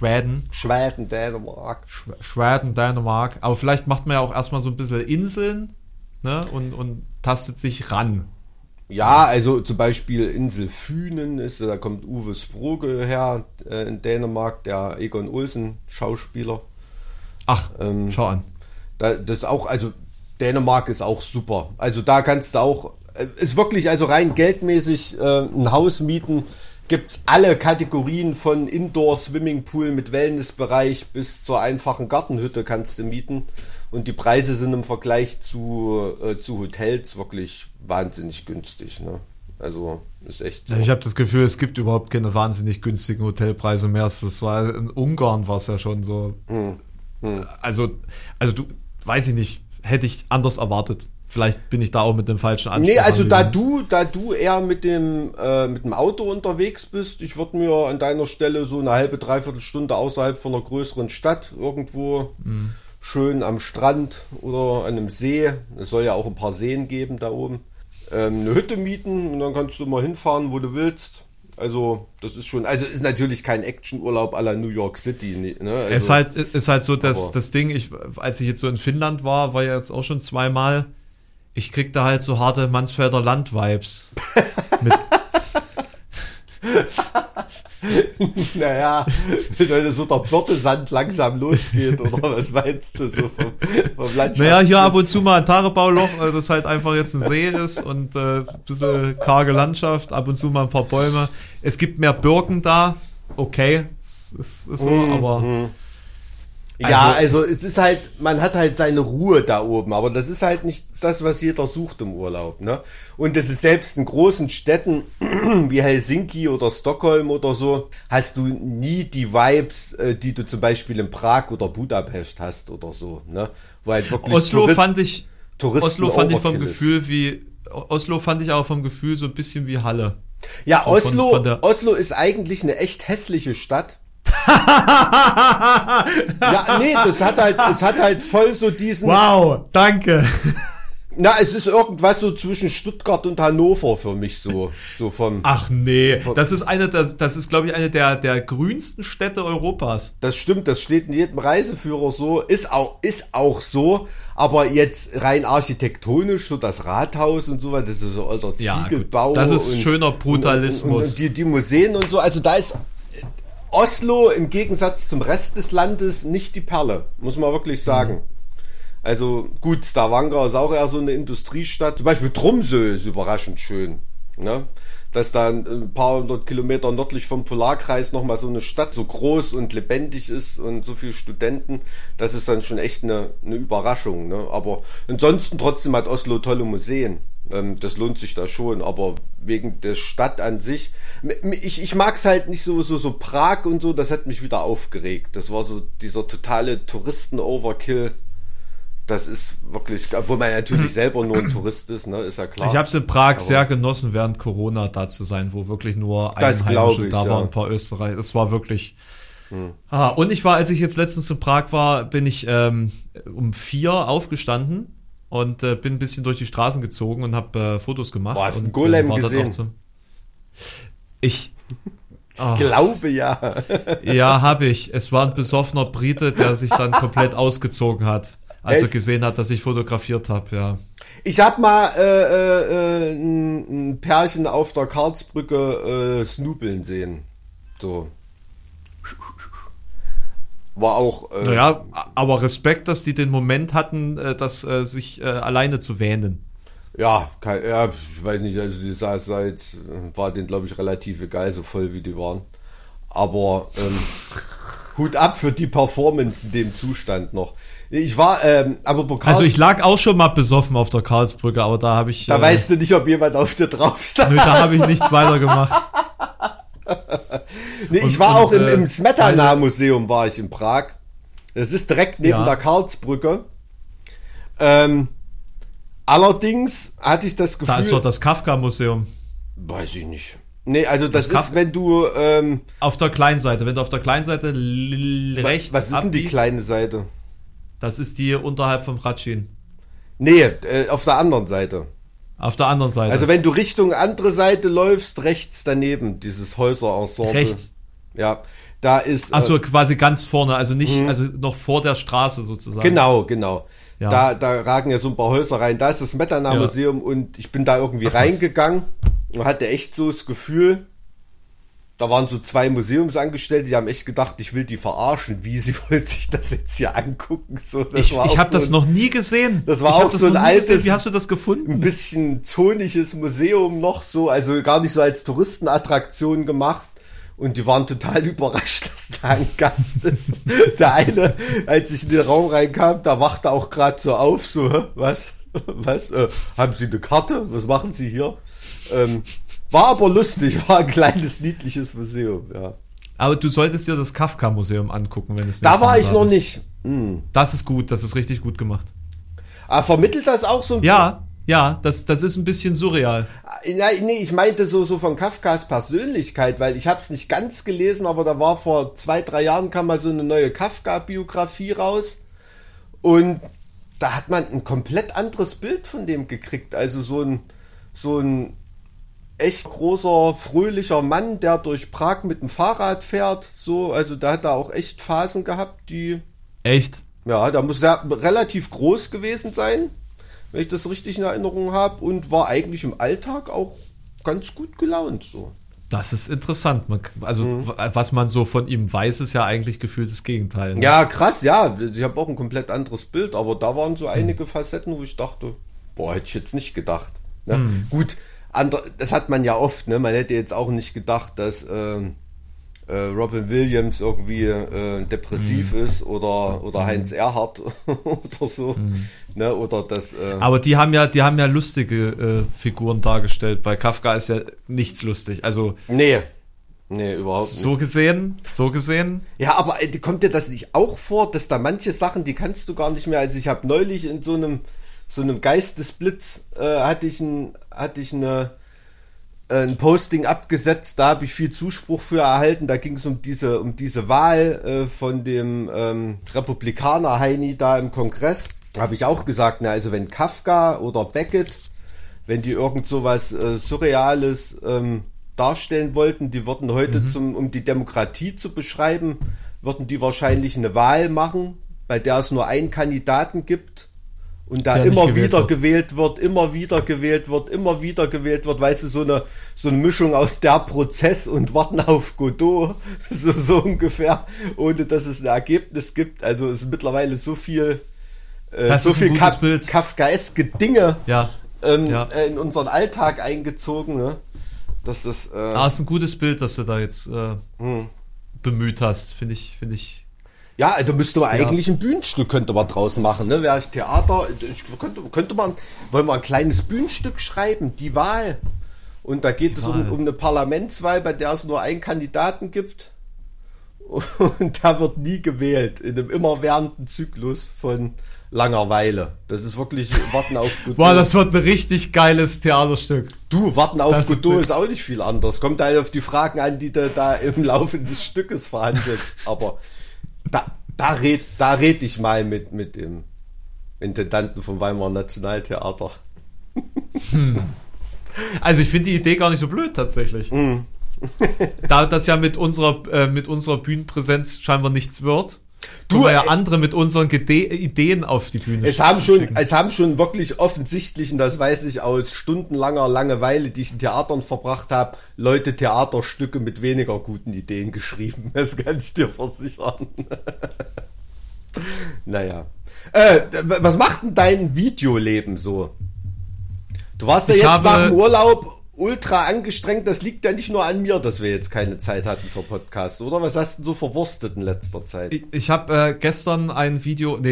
Dänemark. Aber vielleicht macht man ja auch erstmal so ein bisschen Inseln, ne? Und tastet sich ran. Ja, also zum Beispiel Insel Fünen da kommt Uwe Sproge her in Dänemark, der Egon Olsen Schauspieler. Ach, schau an. Das auch, also Dänemark ist auch super. Also da kannst du auch, ist wirklich, also rein geldmäßig ein Haus mieten, gibt's alle Kategorien von Indoor-Swimmingpool mit Wellnessbereich bis zur einfachen Gartenhütte kannst du mieten. Und die Preise sind im Vergleich zu Hotels wirklich wahnsinnig günstig, ne? Also ist echt so. Ich habe das Gefühl, es gibt überhaupt keine wahnsinnig günstigen Hotelpreise mehr. Das war in Ungarn war es ja schon so. Also du, weiß ich nicht, hätte ich anders erwartet. Vielleicht bin ich da auch mit dem falschen Anspruch. Nee, also da du eher mit dem Auto unterwegs bist, ich würde mir an deiner Stelle so eine halbe, dreiviertel Stunde außerhalb von einer größeren Stadt irgendwo schön am Strand oder an einem See, es soll ja auch ein paar Seen geben da oben, eine Hütte mieten und dann kannst du mal hinfahren, wo du willst. Also das ist schon, also ist natürlich kein Actionurlaub à la New York City. Ne? Also, ist halt so das Ding, als ich jetzt so in Finnland war ja jetzt auch schon zweimal, Ich krieg da halt so harte Mansfelder Land-Vibes. Mit Naja, wenn so der Börtesand langsam losgeht, oder was meinst du so vom Landschaft? Naja, hier ab und zu mal ein Tagebauloch, das halt einfach jetzt ein See ist und ein bisschen karge Landschaft, ab und zu mal ein paar Bäume. Es gibt mehr Birken da, okay, es ist so, aber... Ja, also es ist halt, man hat halt seine Ruhe da oben, aber das ist halt nicht das, was jeder sucht im Urlaub, ne? Und das ist selbst in großen Städten wie Helsinki oder Stockholm oder so, hast du nie die Vibes, die du zum Beispiel in Prag oder Budapest hast oder so, ne? Wo halt wirklich Oslo fand ich aber vom Gefühl so ein bisschen wie Halle. Ja, Oslo ist eigentlich eine echt hässliche Stadt. Ja, nee, es hat halt voll so diesen... Wow, danke. Na, es ist irgendwas so zwischen Stuttgart und Hannover für mich so vom... Ach nee, das ist glaube ich eine der grünsten Städte Europas. Das stimmt, das steht in jedem Reiseführer so, ist auch so, aber jetzt rein architektonisch, so das Rathaus und so, das ist so alter Ziegelbau. Ja, das ist schöner Brutalismus. Und die Museen und so, also da ist Oslo im Gegensatz zum Rest des Landes nicht die Perle, muss man wirklich sagen. Also gut, Stavanger ist auch eher so eine Industriestadt. Zum Beispiel Tromsø ist überraschend schön, ne? Dass da ein paar hundert Kilometer nördlich vom Polarkreis nochmal so eine Stadt so groß und lebendig ist und so viele Studenten, das ist dann schon echt eine Überraschung, ne? Aber ansonsten trotzdem hat Oslo tolle Museen. Das lohnt sich da schon, aber wegen der Stadt an sich, ich mag's halt nicht so Prag und so, das hat mich wieder aufgeregt. Das war so dieser totale Touristen-Overkill. Das ist wirklich, obwohl man natürlich selber nur ein Tourist ist, ne, ist ja klar. Ich habe es in Prag sehr genossen, während Corona da zu sein, wo wirklich nur Einheimische da waren, ein paar Österreicher. Das war wirklich... Und ich war, als ich jetzt letztens in Prag war, bin ich um 4 aufgestanden und bin ein bisschen durch die Straßen gezogen und habe Fotos gemacht. Boah, hast du einen Golem gesehen? Ich glaube ja. Ja, habe ich. Es war ein besoffener Brite, der sich dann komplett ausgezogen hat, als er gesehen hat, dass ich fotografiert habe, ja. Ich habe mal ein Pärchen auf der Karlsbrücke snoopeln sehen. So. War auch... naja, aber Respekt, dass die den Moment hatten, sich alleine zu wähnen. Ja, ich weiß nicht, also die Zeit war denen, glaube ich, relativ egal, so voll wie die waren. Aber Hut ab für die Performance in dem Zustand noch. Ich war, also ich lag auch schon mal besoffen auf der Karlsbrücke, aber da habe ich... Da weißt du nicht, ob jemand auf dir drauf saß. Nö, da habe ich nichts weiter gemacht. Nee, ich war auch im Smetana-Museum war ich in Prag. Das ist direkt neben der Karlsbrücke. Allerdings hatte ich das Gefühl... Da ist doch das Kafka-Museum. Weiß ich nicht. Nee, also das ist, wenn du... auf der kleinen Seite. Wenn du auf der kleinen Seite rechts was ist denn die kleine Seite? Das ist die unterhalb vom Hradschin. Nee, auf der anderen Seite. Auf der anderen Seite. Also wenn du Richtung andere Seite läufst, rechts daneben, dieses Häuserensemble. Rechts? Ja, da ist... Achso, quasi ganz vorne, also nicht, also noch vor der Straße sozusagen. Genau. Ja. Da ragen ja so ein paar Häuser rein. Da ist das Smetana-Museum und ich bin da irgendwie reingegangen und hatte echt so das Gefühl, da waren so 2 Museumsangestellte, die haben echt gedacht, ich will die verarschen, wie sie wollen sich das jetzt hier angucken. So, ich habe das noch nie gesehen. Das war auch so ein altes, wie hast du das gefunden? Ein bisschen zonisches Museum noch so, also gar nicht so als Touristenattraktion gemacht. Und die waren total überrascht, dass da ein Gast ist. Der eine, als ich in den Raum reinkam, da wachte auch gerade so auf, so, was? Haben Sie eine Karte? Was machen Sie hier? War aber lustig, war ein kleines, niedliches Museum, ja. Aber du solltest dir das Kafka-Museum angucken, wenn es... Da war ich noch nicht. Das ist gut, das ist richtig gut gemacht. Aber vermittelt das auch so ein Ja, das ist ein bisschen surreal. Nee, ich meinte so von Kafkas Persönlichkeit, weil ich habe es nicht ganz gelesen, aber da war vor 2-3 Jahren kam mal so eine neue Kafka-Biografie raus und da hat man ein komplett anderes Bild von dem gekriegt. Also so ein echt großer, fröhlicher Mann, der durch Prag mit dem Fahrrad fährt, so, also da hat er auch echt Phasen gehabt, die... Echt? Ja, da muss er relativ groß gewesen sein. wenn ich das richtig in Erinnerung habe, und war eigentlich im Alltag auch ganz gut gelaunt. So. Das ist interessant. Was man so von ihm weiß, ist ja eigentlich gefühlt das Gegenteil. Ne? Ja, krass, ja. Ich habe auch ein komplett anderes Bild, aber da waren so einige Facetten, wo ich dachte, boah, hätte ich jetzt nicht gedacht. Ne? Gut, das hat man ja oft, ne? Man hätte jetzt auch nicht gedacht, dass Robin Williams irgendwie depressiv ist oder Heinz Erhardt oder so. Ne? Oder das, aber die haben ja lustige Figuren dargestellt. Bei Kafka ist ja nichts lustig. Also Nee, überhaupt nicht. So gesehen. Ja, aber kommt dir das nicht auch vor, dass da manche Sachen, die kannst du gar nicht mehr. Also ich habe neulich in so einem Geistesblitz hatte ich ein Posting abgesetzt, da habe ich viel Zuspruch für erhalten. Da ging es um diese Wahl von dem Republikaner Heini da im Kongress. Da habe ich auch gesagt, also wenn Kafka oder Beckett, wenn die irgend sowas Surreales darstellen wollten, die würden heute um die Demokratie zu beschreiben, würden die wahrscheinlich eine Wahl machen, bei der es nur einen Kandidaten gibt. Und da immer wieder gewählt wird, weißt du, so eine Mischung aus Der Prozess und Warten auf Godot, so ungefähr, ohne dass es ein Ergebnis gibt. Also es ist mittlerweile so viel kafkaeske Dinge in unseren Alltag eingezogen, ne? Dass das ist ein gutes Bild, das du da jetzt bemüht hast, finde ich. Ja, da müsste man eigentlich ein Bühnenstück könnte man draus machen, ne? Wäre ich Theater, wollen wir ein kleines Bühnenstück schreiben, die Wahl. Und da geht es um eine Parlamentswahl, bei der es nur einen Kandidaten gibt. Und da wird nie gewählt, in einem immerwährenden Zyklus von Langeweile. Das ist wirklich Warten auf Godot. Boah, das wird ein richtig geiles Theaterstück. Du, Warten auf Godot ist auch nicht viel anders. Kommt halt auf die Fragen an, die du da im Laufe des Stückes verhandelst. Aber da red ich mal mit dem Intendanten vom Weimarer Nationaltheater. Also ich finde die Idee gar nicht so blöd tatsächlich. Da das ja mit unserer Bühnenpräsenz scheinbar nichts wird, können wir ja andere mit unseren Ideen auf die Bühne Es haben schon wirklich offensichtlich, und das weiß ich aus stundenlanger Langeweile, die ich in Theatern verbracht habe, Leute Theaterstücke mit weniger guten Ideen geschrieben. Das kann ich dir versichern. Naja. Was macht denn dein Videoleben so? Du warst ja jetzt nach dem Urlaub ultra angestrengt. Das liegt ja nicht nur an mir, dass wir jetzt keine Zeit hatten für Podcast, oder? Was hast du so verwurstet in letzter Zeit? Ich habe vorgestern ein Video,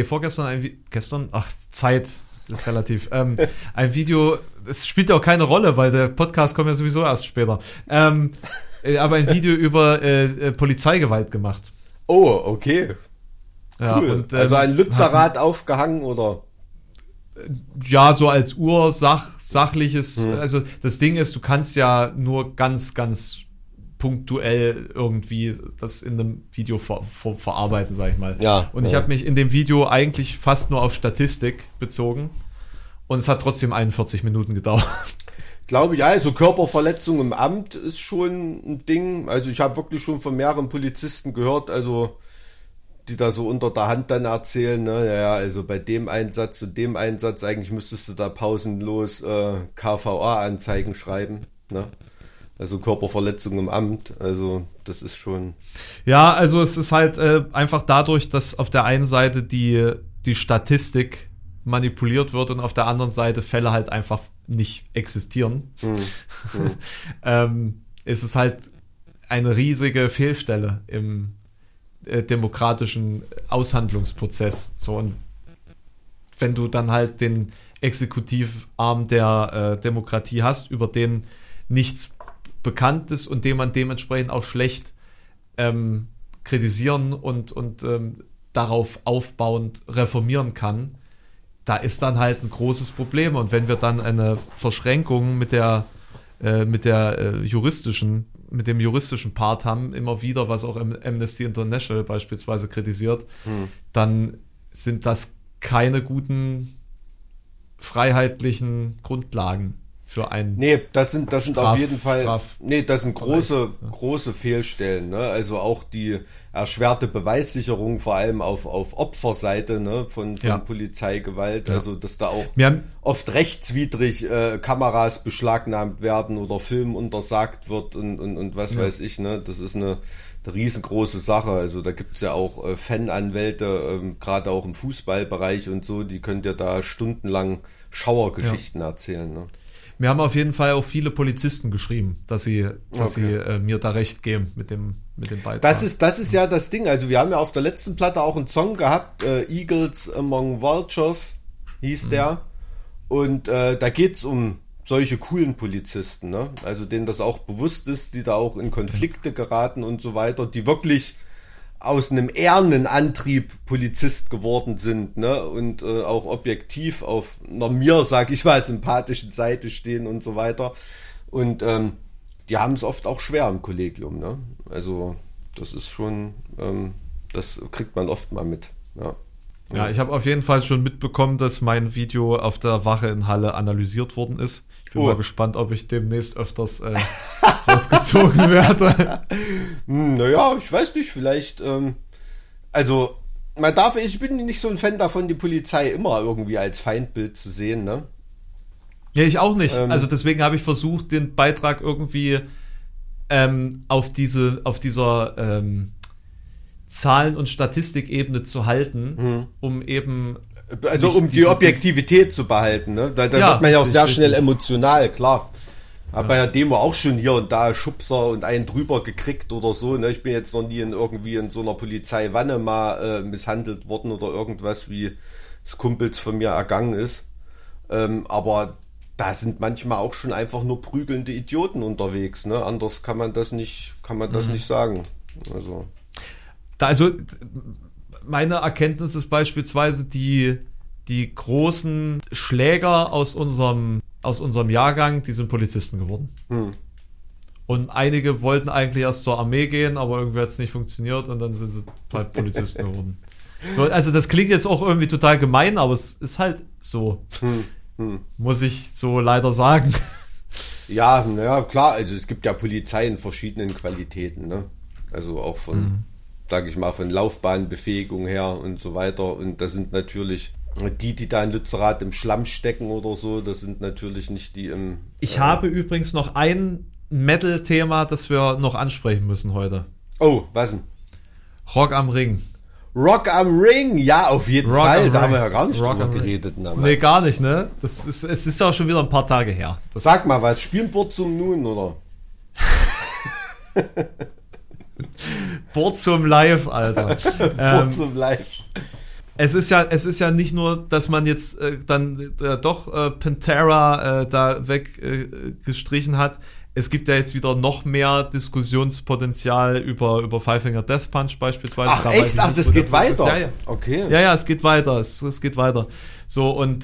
Zeit ist relativ, ein Video, es spielt ja auch keine Rolle, weil der Podcast kommt ja sowieso erst später, aber ein Video über Polizeigewalt gemacht. Oh, okay. Ja, cool. Und, also ein Lützerath aufgehangen, oder? Ja, so als sachliches, also das Ding ist, du kannst ja nur ganz, ganz punktuell irgendwie das in einem Video verarbeiten, sag ich mal. Ja, und ich habe mich in dem Video eigentlich fast nur auf Statistik bezogen und es hat trotzdem 41 Minuten gedauert. Glaube ich, ja, so Körperverletzung im Amt ist schon ein Ding. Also ich habe wirklich schon von mehreren Polizisten gehört, also die da so unter der Hand dann erzählen, ne, ja, also bei dem Einsatz und dem Einsatz, eigentlich müsstest du da pausenlos KVA-Anzeigen schreiben, ne? Also Körperverletzung im Amt, also das ist schon... Ja, also es ist halt einfach dadurch, dass auf der einen Seite die Statistik manipuliert wird und auf der anderen Seite Fälle halt einfach nicht existieren. Ist es halt eine riesige Fehlstelle im demokratischen Aushandlungsprozess. So, und wenn du dann halt den Exekutivarm der Demokratie hast, über den nichts bekannt ist und den man dementsprechend auch schlecht kritisieren und darauf aufbauend reformieren kann, da ist dann halt ein großes Problem. Und wenn wir dann eine Verschränkung mit dem juristischen Part haben, immer wieder, was auch Amnesty International beispielsweise kritisiert, dann sind das keine guten freiheitlichen Grundlagen. für einen. Nee, das sind auf jeden Fall, das sind große Fehlstellen, ne? Also auch die erschwerte Beweissicherung, vor allem auf Opferseite, ne, von Polizeigewalt, also dass da auch oft rechtswidrig Kameras beschlagnahmt werden oder Film untersagt wird und was weiß ich, ne? Das ist eine riesengroße Sache. Also da gibt's ja auch Fananwälte, gerade auch im Fußballbereich und so, die könnt ihr da stundenlang Schauergeschichten erzählen, ne? Mir haben auf jeden Fall auch viele Polizisten geschrieben, dass sie mir da recht geben mit dem Beitrag. Das ist ja das Ding. Also wir haben ja auf der letzten Platte auch einen Song gehabt, Eagles Among Vultures hieß der. Und da geht's um solche coolen Polizisten, ne? Also denen das auch bewusst ist, die da auch in Konflikte geraten und so weiter, die wirklich aus einem ehrenden Antrieb Polizist geworden sind, ne, und auch objektiv auf einer mir, sag ich mal, sympathischen Seite stehen und so weiter. Und die haben es oft auch schwer im Kollegium, ne? Also das ist schon, das kriegt man oft mal mit, ja. Ja, ich habe auf jeden Fall schon mitbekommen, dass mein Video auf der Wache in Halle analysiert worden ist. Ich bin mal gespannt, ob ich demnächst öfters rausgezogen werde. Naja, ich weiß nicht, vielleicht, also ich bin nicht so ein Fan davon, die Polizei immer irgendwie als Feindbild zu sehen, ne? Ja, ich auch nicht. Also deswegen habe ich versucht, den Beitrag irgendwie auf dieser Zahlen- und Statistikebene zu halten, um eben... Also um die Objektivität zu behalten, ne? Da wird man ja auch sehr schnell emotional, klar. Hab bei der Demo auch schon hier und da Schubser und einen drüber gekriegt oder so, ne? Ich bin jetzt noch nie irgendwie in so einer Polizeiwanne mal misshandelt worden oder irgendwas, wie es Kumpels von mir ergangen ist. Aber da sind manchmal auch schon einfach nur prügelnde Idioten unterwegs, ne? Anders kann man das nicht sagen. Also meine Erkenntnis ist beispielsweise, die großen Schläger aus unserem Jahrgang, die sind Polizisten geworden. Und einige wollten eigentlich erst zur Armee gehen, aber irgendwie hat es nicht funktioniert und dann sind sie halt Polizisten geworden. So, also das klingt jetzt auch irgendwie total gemein, aber es ist halt so. Muss ich so leider sagen. Ja, naja, klar, also es gibt ja Polizei in verschiedenen Qualitäten, ne? Also auch von, sage ich mal, von Laufbahnbefähigung her und so weiter. Und das sind natürlich die da in Lützerath im Schlamm stecken oder so, das sind natürlich nicht die im... Ich habe übrigens noch ein Metal-Thema, das wir noch ansprechen müssen heute. Oh, was denn? Rock am Ring. Rock am Ring, ja, auf jeden Fall. Da haben wir ja gar nicht drüber geredet. Nee, gar nicht, ne? Es ist ja auch schon wieder ein paar Tage her. Sag mal, was spielen Burzum nun, oder? Burzum live, Alter. Burzum live. Es ist ja nicht nur, dass man jetzt Pantera da weggestrichen hat. Es gibt ja jetzt wieder noch mehr Diskussionspotenzial über Five Finger Death Punch beispielsweise. Ach echt? Ach, das geht weiter? Ja. Okay. Ja, es geht weiter. Es geht weiter. So, und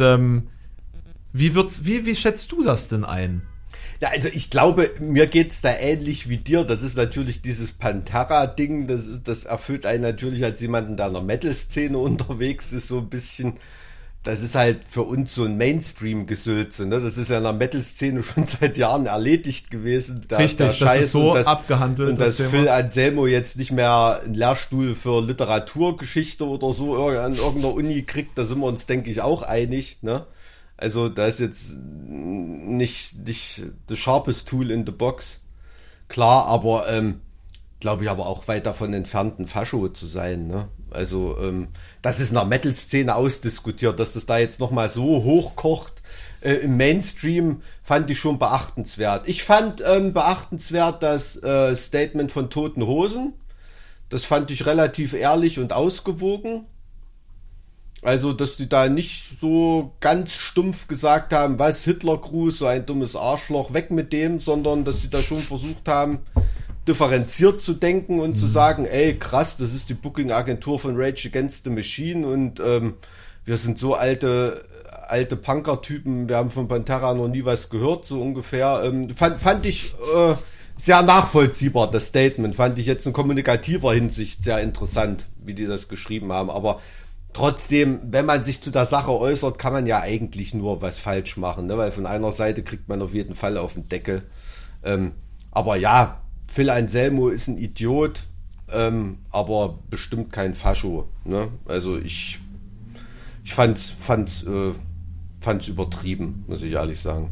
wie schätzt du das denn ein? Ja, also ich glaube, mir geht's da ähnlich wie dir. Das ist natürlich dieses Pantera-Ding, das erfüllt einen natürlich als jemanden, der in der Metal-Szene unterwegs ist, so ein bisschen. Das ist halt für uns so ein Mainstream-Gesülze, ne? Das ist ja in der Metal-Szene schon seit Jahren erledigt gewesen. Richtig, das ist so abgehandelt. Und dass Phil Anselmo jetzt nicht mehr einen Lehrstuhl für Literaturgeschichte oder so an irgendeiner Uni kriegt, da sind wir uns, denke ich, auch einig, ne? Also da ist jetzt nicht the sharpest tool in the box. Klar, aber glaube ich aber auch weit davon entfernt, ein Fascho zu sein, ne? Also das ist in der Metal-Szene ausdiskutiert, dass das da jetzt nochmal so hochkocht. Im Mainstream fand ich schon beachtenswert. Ich fand beachtenswert das Statement von Toten Hosen. Das fand ich relativ ehrlich und ausgewogen. Also, dass die da nicht so ganz stumpf gesagt haben, was, Hitlergruß, so ein dummes Arschloch, weg mit dem, sondern dass die da schon versucht haben, differenziert zu denken und zu sagen, ey, krass, das ist die Booking-Agentur von Rage Against the Machine und wir sind so alte Punker-Typen, wir haben von Pantera noch nie was gehört, so ungefähr. Fand ich sehr nachvollziehbar, das Statement. Fand ich jetzt in kommunikativer Hinsicht sehr interessant, wie die das geschrieben haben, aber trotzdem, wenn man sich zu der Sache äußert, kann man ja eigentlich nur was falsch machen, ne? Weil von einer Seite kriegt man auf jeden Fall auf den Deckel. Aber ja, Phil Anselmo ist ein Idiot, aber bestimmt kein Fascho, ne? Also ich fand's übertrieben, muss ich ehrlich sagen.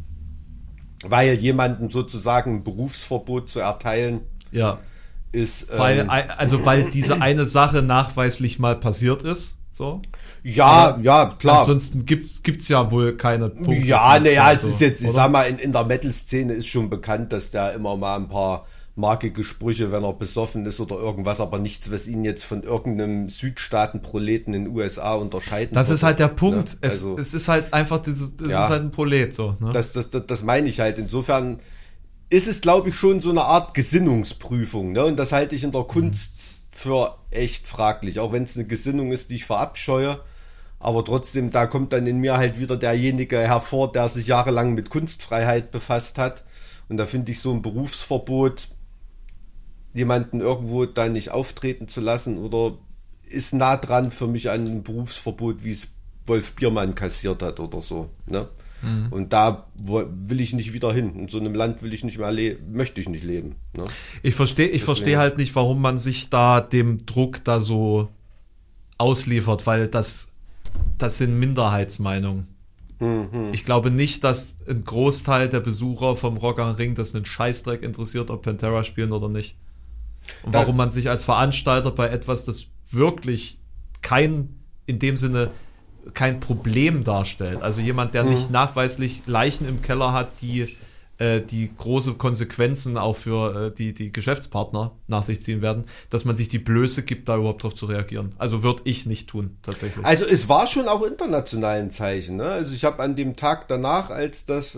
Weil jemandem sozusagen ein Berufsverbot zu erteilen, ja, ist... weil diese eine Sache nachweislich mal passiert ist, so? Ja, ja, klar. Ansonsten gibt's ja wohl keine Punkte. Ja, naja, es so, ist jetzt, ich oder? sag mal, in der Metal-Szene ist schon bekannt, dass der immer mal ein paar markige Sprüche, wenn er besoffen ist oder irgendwas, aber nichts, was ihn jetzt von irgendeinem Südstaaten-Proleten in den USA unterscheiden Das würde, ist halt der Punkt. Ne? Also, es ist halt einfach ist halt ein Prolet, so. Ne? das meine ich halt. Insofern ist es, glaube ich, schon so eine Art Gesinnungsprüfung, ne? Und das halte ich in der Kunst für echt fraglich, auch wenn es eine Gesinnung ist, die ich verabscheue. Aber trotzdem, da kommt dann in mir halt wieder derjenige hervor, der sich jahrelang mit Kunstfreiheit befasst hat. Und da finde ich so ein Berufsverbot, jemanden irgendwo da nicht auftreten zu lassen, oder ist nah dran für mich an einem Berufsverbot, wie es Wolf Biermann kassiert hat oder so, ne? Und da will ich nicht wieder hin. In so einem Land will ich nicht mehr möchte ich nicht leben. Ne? Ich verstehe halt nicht, warum man sich da dem Druck da so ausliefert, weil das sind Minderheitsmeinungen. Ich glaube nicht, dass ein Großteil der Besucher vom Rock am Ring das einen Scheißdreck interessiert, ob Pantera spielen oder nicht. Und warum man sich als Veranstalter bei etwas, das wirklich in dem Sinne kein Problem darstellt, also jemand, der nicht nachweislich Leichen im Keller hat, die große Konsequenzen auch für die Geschäftspartner nach sich ziehen werden, dass man sich die Blöße gibt, da überhaupt drauf zu reagieren. Also würde ich nicht tun, tatsächlich. Also es war schon auch international ein Zeichen, ne? Also ich habe an dem Tag danach, als das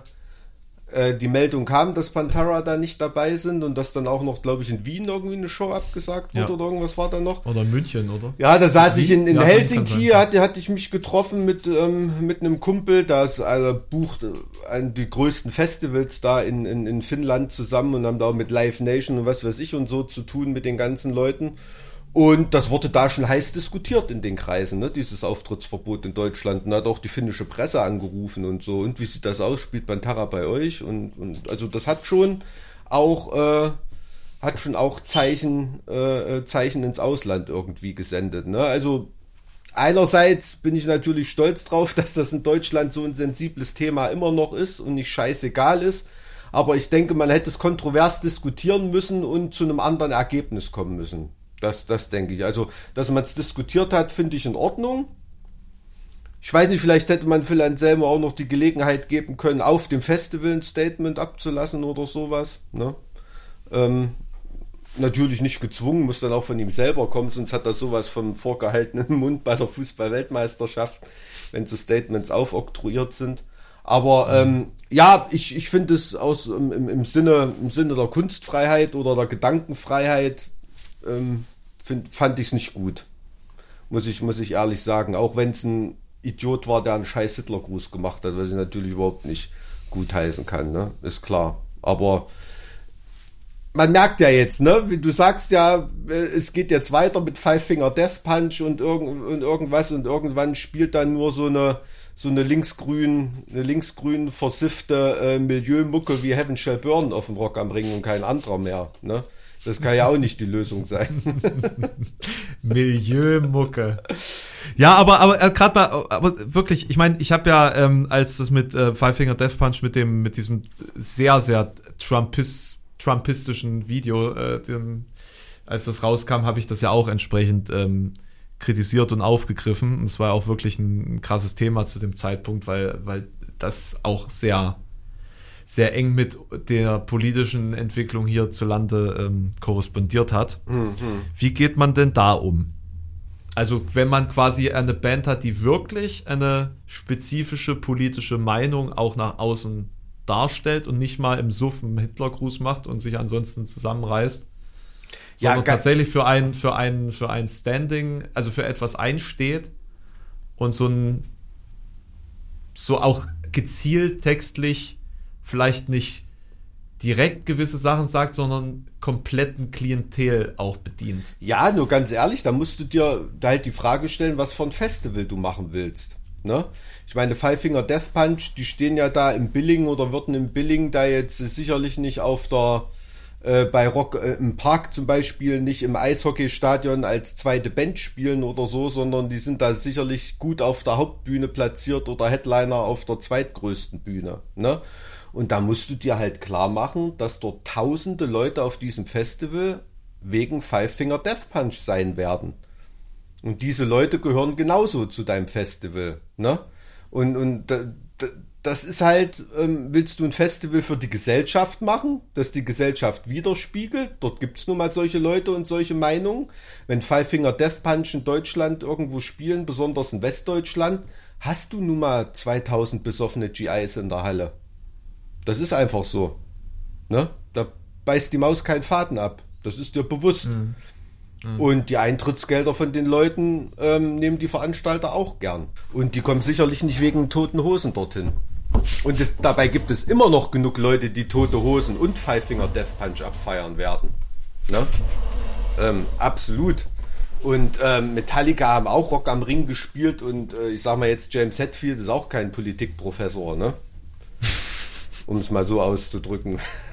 die Meldung kam, dass Pantera da nicht dabei sind und dass dann auch noch, glaube ich, in Wien irgendwie eine Show abgesagt wurde oder irgendwas war da noch. Oder in München, oder? Ja, da saß ich in ja, Helsinki, hatte ich mich getroffen mit einem Kumpel, da bucht die größten Festivals da in Finnland zusammen und haben da auch mit Live Nation und was weiß ich und so zu tun mit den ganzen Leuten. Und das wurde da schon heiß diskutiert in den Kreisen, ne, dieses Auftrittsverbot in Deutschland. Und hat auch die finnische Presse angerufen und so. Und wie sieht das aus? Spielt Pantera bei euch? Und also das hat schon auch Zeichen ins Ausland irgendwie gesendet. Ne? Also einerseits bin ich natürlich stolz drauf, dass das in Deutschland so ein sensibles Thema immer noch ist und nicht scheißegal ist. Aber ich denke, man hätte es kontrovers diskutieren müssen und zu einem anderen Ergebnis kommen müssen. Das denke ich. Also, dass man es diskutiert hat, finde ich in Ordnung. Ich weiß nicht, vielleicht hätte man Phil Anselmo auch noch die Gelegenheit geben können, auf dem Festival ein Statement abzulassen oder sowas. Ne? Natürlich nicht gezwungen, muss dann auch von ihm selber kommen, sonst hat er sowas vom vorgehaltenen Mund bei der Fußball-Weltmeisterschaft, wenn so Statements aufoktroyiert sind. Aber ja, ich finde es im Sinne der Kunstfreiheit oder der Gedankenfreiheit fand ich es nicht gut. Muss ich ehrlich sagen. Auch wenn es ein Idiot war, der einen scheiß Hitlergruß gemacht hat, was ich natürlich überhaupt nicht gutheißen kann, ne? Ist klar. Aber man merkt ja jetzt, ne? Wie du sagst ja, es geht jetzt weiter mit Five Finger Death Punch und irgendwas und irgendwann spielt dann nur so eine linksgrün versiffte Milieumucke wie Heaven Shall Burn auf dem Rock am Ring und kein anderer mehr, ne? Das kann ja auch nicht die Lösung sein. Milieumucke. Ja, aber gerade mal, aber wirklich, ich meine, ich habe ja, als das mit Five Finger Death Punch mit diesem sehr, sehr trumpistischen Video, als das rauskam, habe ich das ja auch entsprechend kritisiert und aufgegriffen. Und es war auch wirklich ein krasses Thema zu dem Zeitpunkt, weil das auch sehr sehr eng mit der politischen Entwicklung hierzulande korrespondiert hat. Wie geht man denn da um? Also wenn man quasi eine Band hat, die wirklich eine spezifische politische Meinung auch nach außen darstellt und nicht mal im Suff einen Hitlergruß macht und sich ansonsten zusammenreißt, sondern tatsächlich für ein Standing, also für etwas einsteht und so auch gezielt textlich vielleicht nicht direkt gewisse Sachen sagt, sondern kompletten Klientel auch bedient. Ja, nur ganz ehrlich, da musst du dir halt die Frage stellen, was für ein Festival du machen willst. Ne? Ich meine, Five Finger Death Punch, die stehen ja da im Billing oder würden im Billing da jetzt sicherlich nicht auf der bei Rock im Park zum Beispiel, nicht im Eishockeystadion als zweite Band spielen oder so, sondern die sind da sicherlich gut auf der Hauptbühne platziert oder Headliner auf der zweitgrößten Bühne. Ne? Und da musst du dir halt klar machen, dass dort tausende Leute auf diesem Festival wegen Five Finger Death Punch sein werden. Und diese Leute gehören genauso zu deinem Festival. Ne? Und das ist halt, willst du ein Festival für die Gesellschaft machen, das die Gesellschaft widerspiegelt? Dort gibt's nun mal solche Leute und solche Meinungen. Wenn Five Finger Death Punch in Deutschland irgendwo spielen, besonders in Westdeutschland, hast du nun mal 2000 besoffene GIs in der Halle. Das ist einfach so. Ne? Da beißt die Maus keinen Faden ab. Das ist dir bewusst. Mhm. Und die Eintrittsgelder von den Leuten nehmen die Veranstalter auch gern. Und die kommen sicherlich nicht wegen Toten Hosen dorthin. Und dabei gibt es immer noch genug Leute, die Tote Hosen und Five Finger Death Punch abfeiern werden. Ne? Absolut. Und Metallica haben auch Rock am Ring gespielt und ich sag mal jetzt, James Hetfield ist auch kein Politikprofessor, ne? Um es mal so auszudrücken.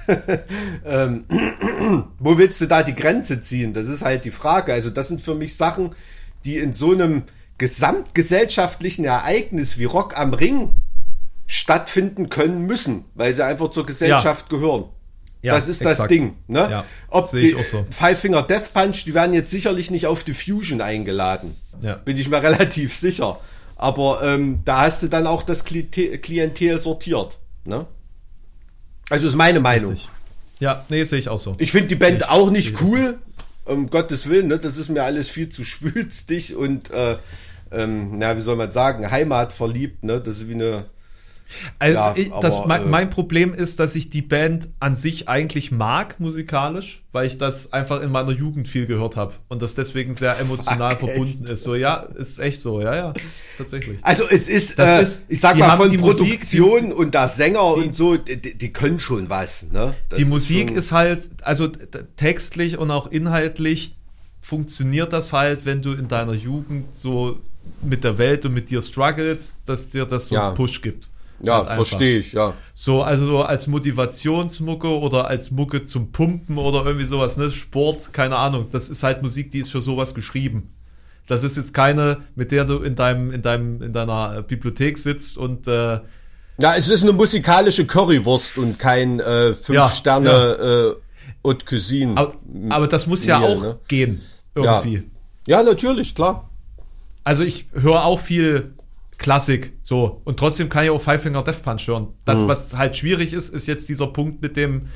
Wo willst du da die Grenze ziehen? Das ist halt die Frage. Also das sind für mich Sachen, die in so einem gesamtgesellschaftlichen Ereignis wie Rock am Ring stattfinden können müssen, weil sie einfach zur Gesellschaft gehören. Ja, das ist exakt das Ding. Ne? Ja, ob die so. Five Finger Death Punch, die werden jetzt sicherlich nicht auf die Fusion eingeladen. Ja. Bin ich mir relativ sicher. Aber da hast du dann auch das Klientel sortiert. Ne? Also ist meine Meinung. Richtig. Ja, nee, sehe ich auch so. Ich finde die Band auch nicht cool, um Gottes Willen, ne? Das ist mir alles viel zu schwülstig und, wie soll man sagen, heimatverliebt, ne? Das ist wie eine... Also mein Problem ist, dass ich die Band an sich eigentlich mag, musikalisch, weil ich das einfach in meiner Jugend viel gehört habe und das deswegen sehr emotional verbunden ist. So, ja, ist echt so, ja, tatsächlich. Also es ist, ich sag mal, von Produktion Musik, und der Sänger und so, die können schon was. Ne? Die Musik ist halt, also textlich und auch inhaltlich funktioniert das halt, wenn du in deiner Jugend so mit der Welt und mit dir struggles, dass dir das so einen Push gibt. Ja, verstehe ich, ja. So, also so als Motivationsmucke oder als Mucke zum Pumpen oder irgendwie sowas, ne? Sport, keine Ahnung. Das ist halt Musik, die ist für sowas geschrieben. Das ist jetzt keine, mit der du in deiner Bibliothek sitzt und ja, es ist eine musikalische Currywurst und kein 5-Sterne Haute Cuisine. Aber das muss ja auch gehen, irgendwie. Ja, natürlich, klar. Also ich höre auch viel Klassik, so. Und trotzdem kann ich auch Five Finger Death Punch hören. Das, was halt schwierig ist, ist jetzt dieser Punkt mit dem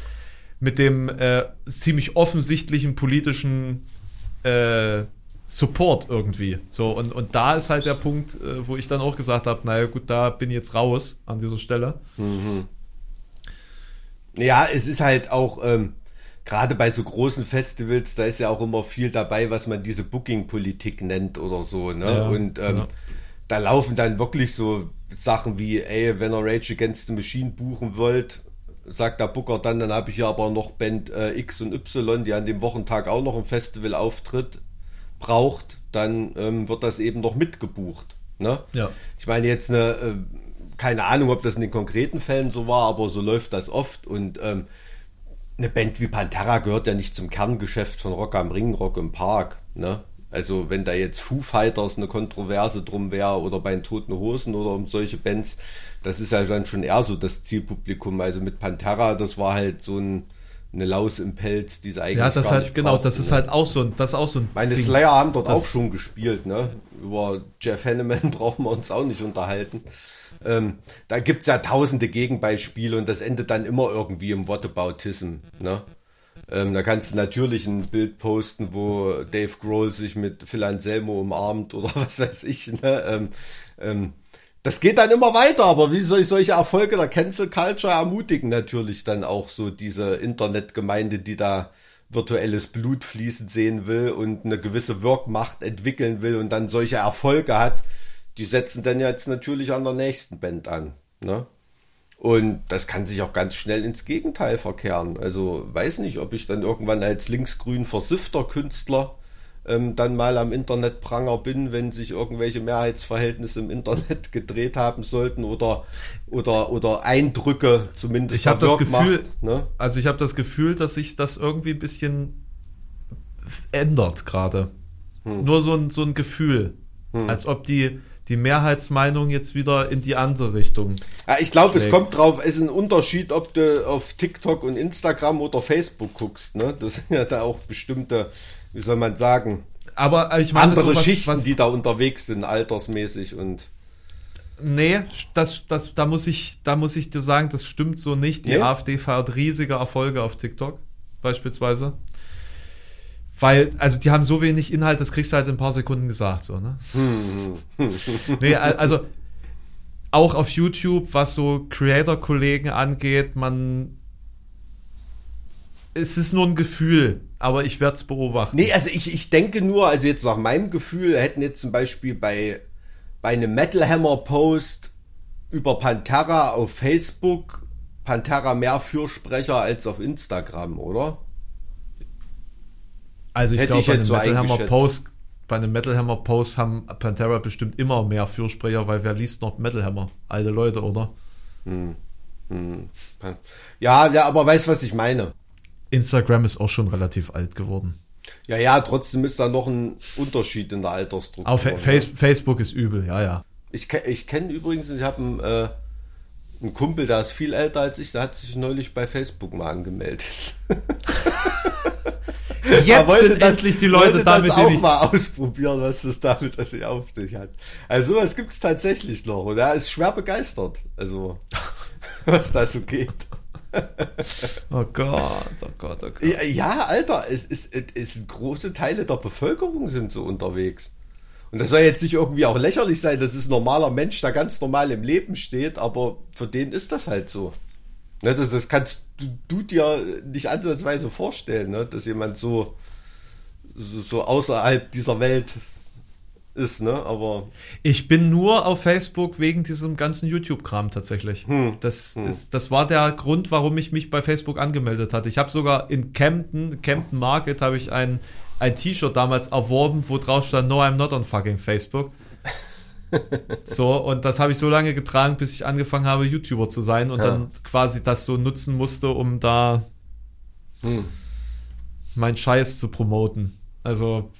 ziemlich offensichtlichen politischen Support irgendwie. So, und da ist halt der Punkt, wo ich dann auch gesagt habe, naja gut, da bin ich jetzt raus an dieser Stelle. Mhm. Ja, es ist halt auch, gerade bei so großen Festivals, da ist ja auch immer viel dabei, was man diese Booking-Politik nennt oder so, ne? Ja, und da laufen dann wirklich so Sachen wie, ey, wenn ihr Rage Against the Machine buchen wollt, sagt der Booker dann habe ich ja aber noch Band X und Y, die an dem Wochentag auch noch ein Festivalauftritt braucht, dann wird das eben noch mitgebucht. Ne? Ja. Ich meine jetzt keine Ahnung, ob das in den konkreten Fällen so war, aber so läuft das oft und eine Band wie Pantera gehört ja nicht zum Kerngeschäft von Rock am Ring, Rock im Park, ne? Also wenn da jetzt Foo Fighters eine Kontroverse drum wäre oder bei den Toten Hosen oder um solche Bands, das ist ja dann schon eher so das Zielpublikum. Also mit Pantera, das war halt so eine Laus im Pelz, die sie eigentlich das gar halt, nicht genau, brauchten, das ist halt auch so ein, Meine Ding. Slayer haben dort auch schon gespielt, ne? Über Jeff Hanneman brauchen wir uns auch nicht unterhalten. Da gibt's ja tausende Gegenbeispiele und das endet dann immer irgendwie im Whataboutism, ne? Da kannst du natürlich ein Bild posten, wo Dave Grohl sich mit Phil Anselmo umarmt oder was weiß ich. Ne? Das geht dann immer weiter, aber wie soll ich solche Erfolge der Cancel Culture ermutigen natürlich dann auch so diese Internetgemeinde, die da virtuelles Blut fließen sehen will und eine gewisse Wirkmacht entwickeln will und dann solche Erfolge hat, die setzen dann jetzt natürlich an der nächsten Band an. Ne? Und das kann sich auch ganz schnell ins Gegenteil verkehren. Also weiß nicht, ob ich dann irgendwann als linksgrün versiffter Künstler dann mal am Internetpranger bin, wenn sich irgendwelche Mehrheitsverhältnisse im Internet gedreht haben sollten oder Eindrücke zumindest. Ich habe das Gefühl, macht, ne? Also ich habe das Gefühl, dass sich das irgendwie ein bisschen ändert gerade. Nur so ein Gefühl, als ob die Mehrheitsmeinung jetzt wieder in die andere Richtung. Ja, ich glaube, es kommt drauf, es ist ein Unterschied, ob du auf TikTok und Instagram oder Facebook guckst. Ne? Das sind ja da auch bestimmte, wie soll man sagen, aber ich meine, andere Schichten, die da unterwegs sind, altersmäßig und. Nee, da muss ich dir sagen, das stimmt so nicht. Die AfD feiert riesige Erfolge auf TikTok, beispielsweise. Weil, also die haben so wenig Inhalt, das kriegst du halt in ein paar Sekunden gesagt, so, ne? Nee, also auch auf YouTube, was so Creator-Kollegen angeht, es ist nur ein Gefühl, aber ich werde es beobachten. Nee, also ich denke nur, also jetzt nach meinem Gefühl, hätten jetzt zum Beispiel bei einem Metal Hammer Post über Pantera auf Facebook Pantera mehr Fürsprecher als auf Instagram, oder? Also ich glaube, bei einem Metal Hammer Post haben Pantera bestimmt immer mehr Fürsprecher, weil wer liest noch Metal Hammer? Alte Leute, oder? Ja, aber weißt du, was ich meine? Instagram ist auch schon relativ alt geworden. Ja, trotzdem ist da noch ein Unterschied in der Altersstruktur. Auf Facebook ist übel, ja. Ich kenne übrigens, ich habe einen Kumpel, der ist viel älter als ich, der hat sich neulich bei Facebook mal angemeldet. Jetzt sind endlich die Leute damit, das auch mal ausprobieren, was das damit auf sich hat. Also sowas gibt es tatsächlich noch und er ist schwer begeistert, also was da so geht. Oh Gott. Ja, Alter, es große Teile der Bevölkerung sind so unterwegs. Und das soll jetzt nicht irgendwie auch lächerlich sein, das ist ein normaler Mensch, der ganz normal im Leben steht, aber für den ist das halt so. Ne, das kannst du dir nicht ansatzweise vorstellen, ne, dass jemand so außerhalb dieser Welt ist, ne, aber... Ich bin nur auf Facebook wegen diesem ganzen YouTube-Kram tatsächlich. Das war der Grund, warum ich mich bei Facebook angemeldet hatte. Ich habe sogar in Camden Market, habe ich ein T-Shirt damals erworben, wo drauf stand, no, I'm not on fucking Facebook. So, und das habe ich so lange getragen, bis ich angefangen habe, YouTuber zu sein und dann quasi das so nutzen musste, um da meinen Scheiß zu promoten. Also,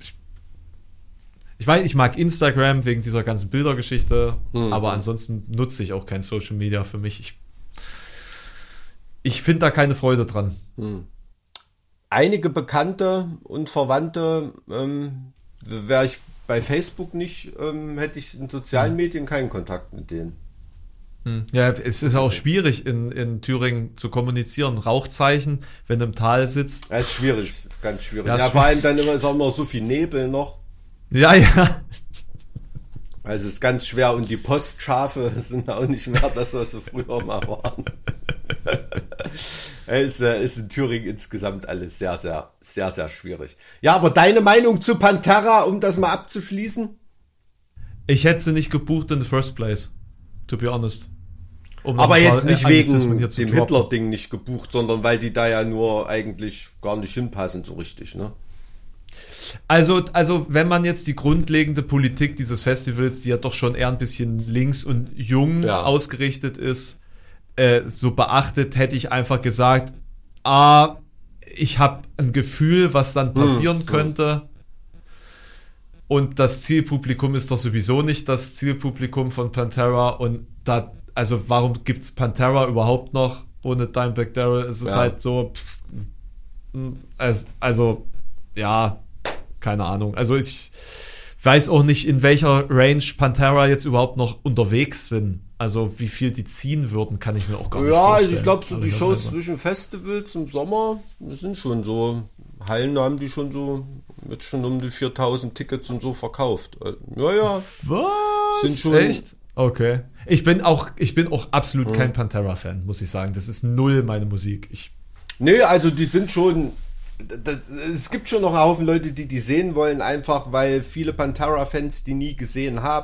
ich meine, ich mag Instagram wegen dieser ganzen Bildergeschichte, aber ansonsten nutze ich auch kein Social Media für mich. Ich finde da keine Freude dran. Einige Bekannte und Verwandte wäre ich bei Facebook nicht, hätte ich in sozialen Medien keinen Kontakt mit denen. Ja, es ist auch schwierig in Thüringen zu kommunizieren. Rauchzeichen, wenn du im Tal sitzt. Das ist schwierig, ganz schwierig. Ja, vor allem dann ist auch immer so viel Nebel noch. Ja. Also es ist ganz schwer und die Postschafe sind auch nicht mehr das, was sie früher mal waren. Es ist in Thüringen insgesamt alles sehr, sehr, sehr, sehr schwierig. Ja, aber deine Meinung zu Pantera, um das mal abzuschließen? Ich hätte sie nicht gebucht in the first place, to be honest. Aber jetzt nicht wegen dem Hitler-Ding nicht gebucht, sondern weil die da ja nur eigentlich gar nicht hinpassen so richtig, ne? Also wenn man jetzt die grundlegende Politik dieses Festivals, die ja doch schon eher ein bisschen links und jung ausgerichtet ist, so beachtet, hätte ich einfach gesagt, ich habe ein Gefühl, was dann passieren könnte. Und das Zielpublikum ist doch sowieso nicht das Zielpublikum von Pantera. Und also warum gibt's Pantera überhaupt noch ohne Dimebag Darrell? Es ist halt so, keine Ahnung. Also ich weiß auch nicht, in welcher Range Pantera jetzt überhaupt noch unterwegs sind. Also wie viel die ziehen würden, kann ich mir auch gar nicht vorstellen. Ja, also ich glaube, so die Shows zwischen Festivals im Sommer, das sind schon so, Hallen haben die schon so, jetzt schon um die 4000 Tickets und so verkauft. Ja. Was? Sind schon, echt? Okay. Ich bin auch absolut kein Pantera-Fan, muss ich sagen. Das ist null meine Musik. Nee, also die sind schon... Es gibt schon noch einen Haufen Leute, die sehen wollen, einfach weil viele Pantera-Fans die nie gesehen haben.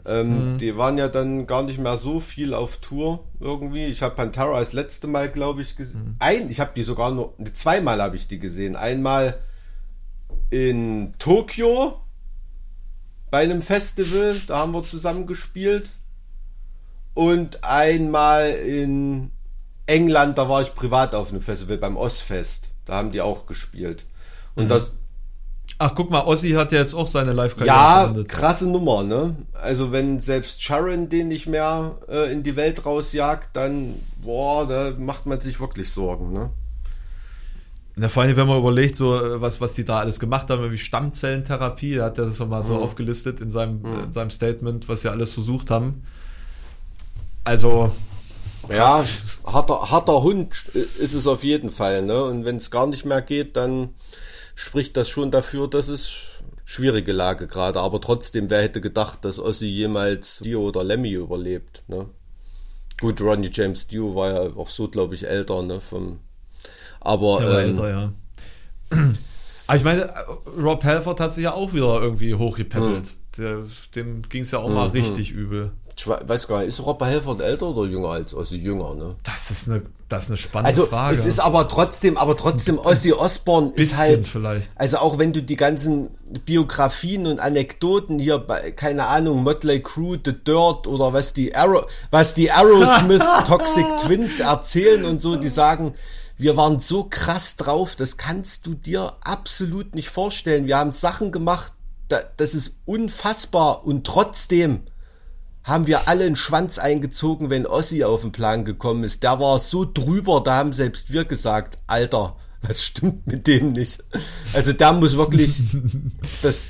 Die waren ja dann gar nicht mehr so viel auf Tour irgendwie. Ich habe Pantera das letzte Mal, glaube ich, gesehen. Ich habe die sogar nur, zweimal habe ich die gesehen. Einmal in Tokio bei einem Festival, da haben wir zusammen gespielt. Und einmal in England, da war ich privat auf einem Festival beim Ozfest. Da haben die auch gespielt. Und das... Ach, guck mal, Ozzy hat ja jetzt auch seine Live-Karriere beendet. Krasse Nummer, ne? Also wenn selbst Sharon den nicht mehr in die Welt rausjagt, dann, da macht man sich wirklich Sorgen, ne? Na, vor allem, wenn man überlegt, so was die da alles gemacht haben, wie Stammzellentherapie, er hat das mal so aufgelistet in seinem Statement, was sie alles versucht haben. Also... Ja, harter Hund ist es auf jeden Fall, ne? Und wenn es gar nicht mehr geht, dann spricht das schon dafür, dass es schwierige Lage gerade. Aber trotzdem, wer hätte gedacht, dass Ozzy jemals Dio oder Lemmy überlebt, ne? Gut, Ronnie James Dio war ja auch so, glaube ich, älter, ne? Der war älter, ja. Aber ich meine, Rob Halford hat sich ja auch wieder irgendwie hochgepäppelt. Dem ging es ja auch mal richtig übel. Ich weiß gar nicht, ist Rob Halford älter oder jünger als Ozzy? Jünger, ne? Das ist eine spannende Frage. Es ist aber trotzdem Ozzy Osbourne ist halt, vielleicht. Also auch wenn du die ganzen Biografien und Anekdoten hier bei, keine Ahnung, Motley Crue, The Dirt oder was die Aerosmith Toxic Twins erzählen und so, die sagen, wir waren so krass drauf, das kannst du dir absolut nicht vorstellen. Wir haben Sachen gemacht, das ist unfassbar und trotzdem haben wir alle einen Schwanz eingezogen, wenn Ozzy auf den Plan gekommen ist. Der war so drüber, da haben selbst wir gesagt, Alter, was stimmt mit dem nicht? Also der muss wirklich, das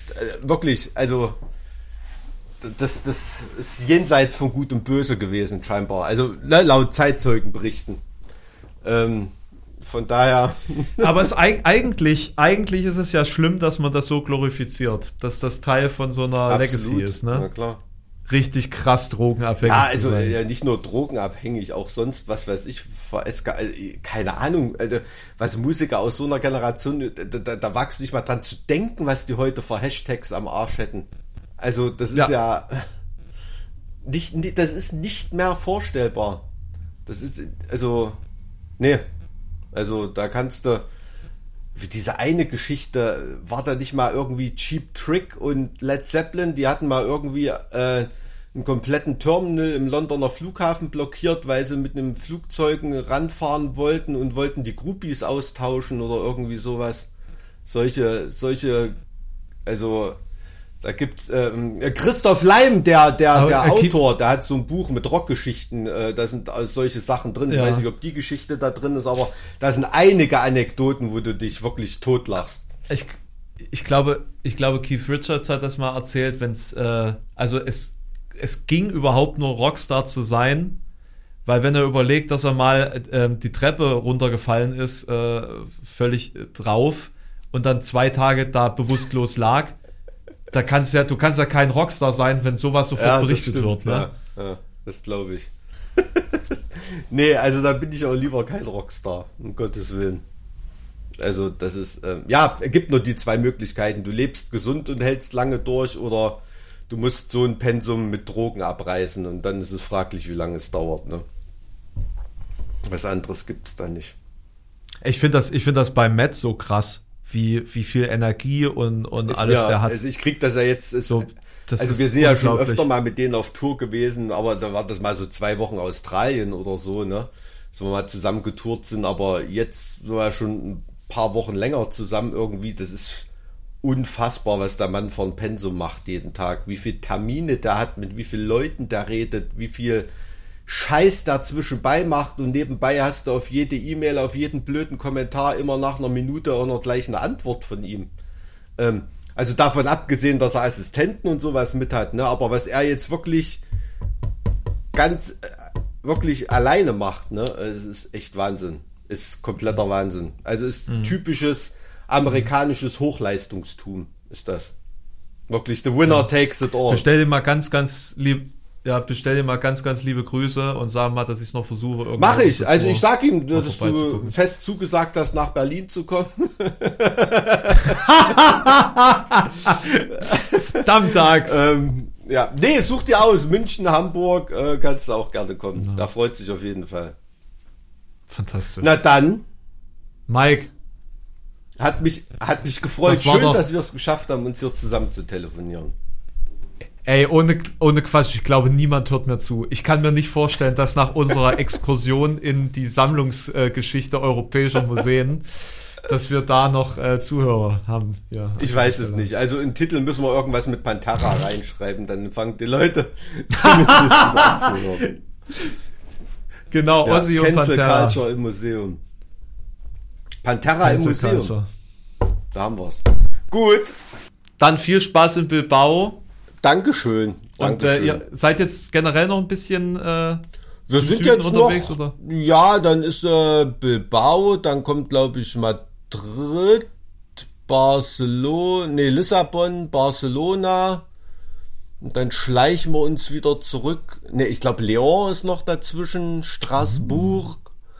ist jenseits von Gut und Böse gewesen, scheinbar. Also laut Zeitzeugenberichten. Von daher. Aber eigentlich ist es ja schlimm, dass man das so glorifiziert, dass das Teil von so einer Legacy ist, ne? Na klar. Richtig krass drogenabhängig. Ja, also ja, nicht nur drogenabhängig, auch sonst, was weiß ich, keine Ahnung, was Musiker aus so einer Generation, da wagst du nicht mal dran zu denken, was die heute für Hashtags am Arsch hätten. Also das ist das ist nicht mehr vorstellbar. Das ist, da kannst du, wie diese eine Geschichte, war da nicht mal irgendwie Cheap Trick und Led Zeppelin, die hatten mal irgendwie einen kompletten Terminal im Londoner Flughafen blockiert, weil sie mit einem Flugzeugen ranfahren wollten und wollten die Groupies austauschen oder irgendwie sowas. Solche, also da gibt's Christoph Leim, der Autor, der hat so ein Buch mit Rockgeschichten, da sind solche Sachen drin. Ich weiß nicht, ob die Geschichte da drin ist, aber da sind einige Anekdoten, wo du dich wirklich totlachst. Ich glaube, Keith Richards hat das mal erzählt, es ging überhaupt nur Rockstar zu sein, weil wenn er überlegt, dass er mal die Treppe runtergefallen ist, völlig drauf und dann 2 Tage da bewusstlos lag, du kannst ja kein Rockstar sein, wenn sowas sofort berichtet wird. Ne? Ja, das glaube ich. Nee, also da bin ich auch lieber kein Rockstar, um Gottes Willen. Also das ist, es gibt nur die 2 Möglichkeiten. Du lebst gesund und hältst lange durch oder du musst so ein Pensum mit Drogen abreißen und dann ist es fraglich, wie lange es dauert. Ne? Was anderes gibt es da nicht. Ich finde das bei Matt so krass. Wie viel Energie und alles der hat. Also ich krieg das ja jetzt also wir sind ja schon öfter mal mit denen auf Tour gewesen, aber da war das mal so 2 Wochen Australien oder so, ne? So wir mal zusammen getourt sind, aber jetzt sind wir schon ein paar Wochen länger zusammen irgendwie, das ist unfassbar, was der Mann von Pensum macht jeden Tag, wie viel Termine der hat, mit wie vielen Leuten der redet, wie viel Scheiß dazwischen macht und nebenbei hast du auf jede E-Mail, auf jeden blöden Kommentar immer nach einer Minute auch noch gleich eine Antwort von ihm. Also davon abgesehen, dass er Assistenten und sowas mit hat, ne? Aber was er jetzt wirklich wirklich alleine macht, ne? Es ist echt Wahnsinn. Ist kompletter Wahnsinn. Also ist typisches amerikanisches Hochleistungstum ist das. Wirklich, the winner takes it all. Bestell dir mal ganz liebe Grüße und sag mal, dass ich es noch versuche. Mach ich. Also ich sag ihm, dass du fest zugesagt hast, nach Berlin zu kommen. Dammtags. Ja, nee, such dir aus. München, Hamburg, kannst du auch gerne kommen. Ja. Da freut sich auf jeden Fall. Fantastisch. Na dann. Mike. Hat mich gefreut. Schön, dass wir es geschafft haben, uns hier zusammen zu telefonieren. Ey, ohne Quatsch, ich glaube, niemand hört mir zu. Ich kann mir nicht vorstellen, dass nach unserer Exkursion in die Sammlungsgeschichte europäischer Museen, dass wir da noch Zuhörer haben. Ja, ich weiß es nicht. Also im Titel müssen wir irgendwas mit Pantera reinschreiben, dann fangen die Leute zumindest anzuhören. Genau, ja, Ozzy und Cancel Pantera. Culture im Museum. Pantera im Museum. Culture. Da haben wir's. Gut. Dann viel Spaß in Bilbao. Dankeschön. Und ihr seid jetzt generell noch ein bisschen wir sind jetzt unterwegs, noch, oder? Ja, dann ist Bilbao, dann kommt, glaube ich, Madrid, Lissabon, Barcelona. Und dann schleichen wir uns wieder zurück. Ne, ich glaube, Lyon ist noch dazwischen, Straßburg.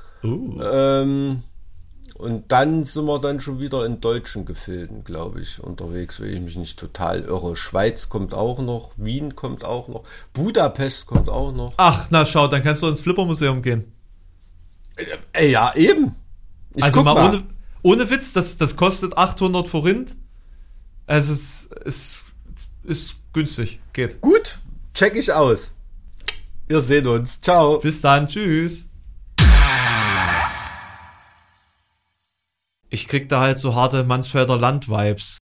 Und dann sind wir dann schon wieder in deutschen Gefilden, glaube ich, unterwegs, wenn ich mich nicht total irre. Schweiz kommt auch noch, Wien kommt auch noch, Budapest kommt auch noch. Ach, na schau, dann kannst du ins Flippermuseum gehen. Ja, eben. Also mal ohne Witz, das kostet 800 Forint. Also es ist günstig, geht. Gut, check ich aus. Wir sehen uns. Ciao. Bis dann, tschüss. Ich krieg da halt so harte Mansfelder Land-Vibes.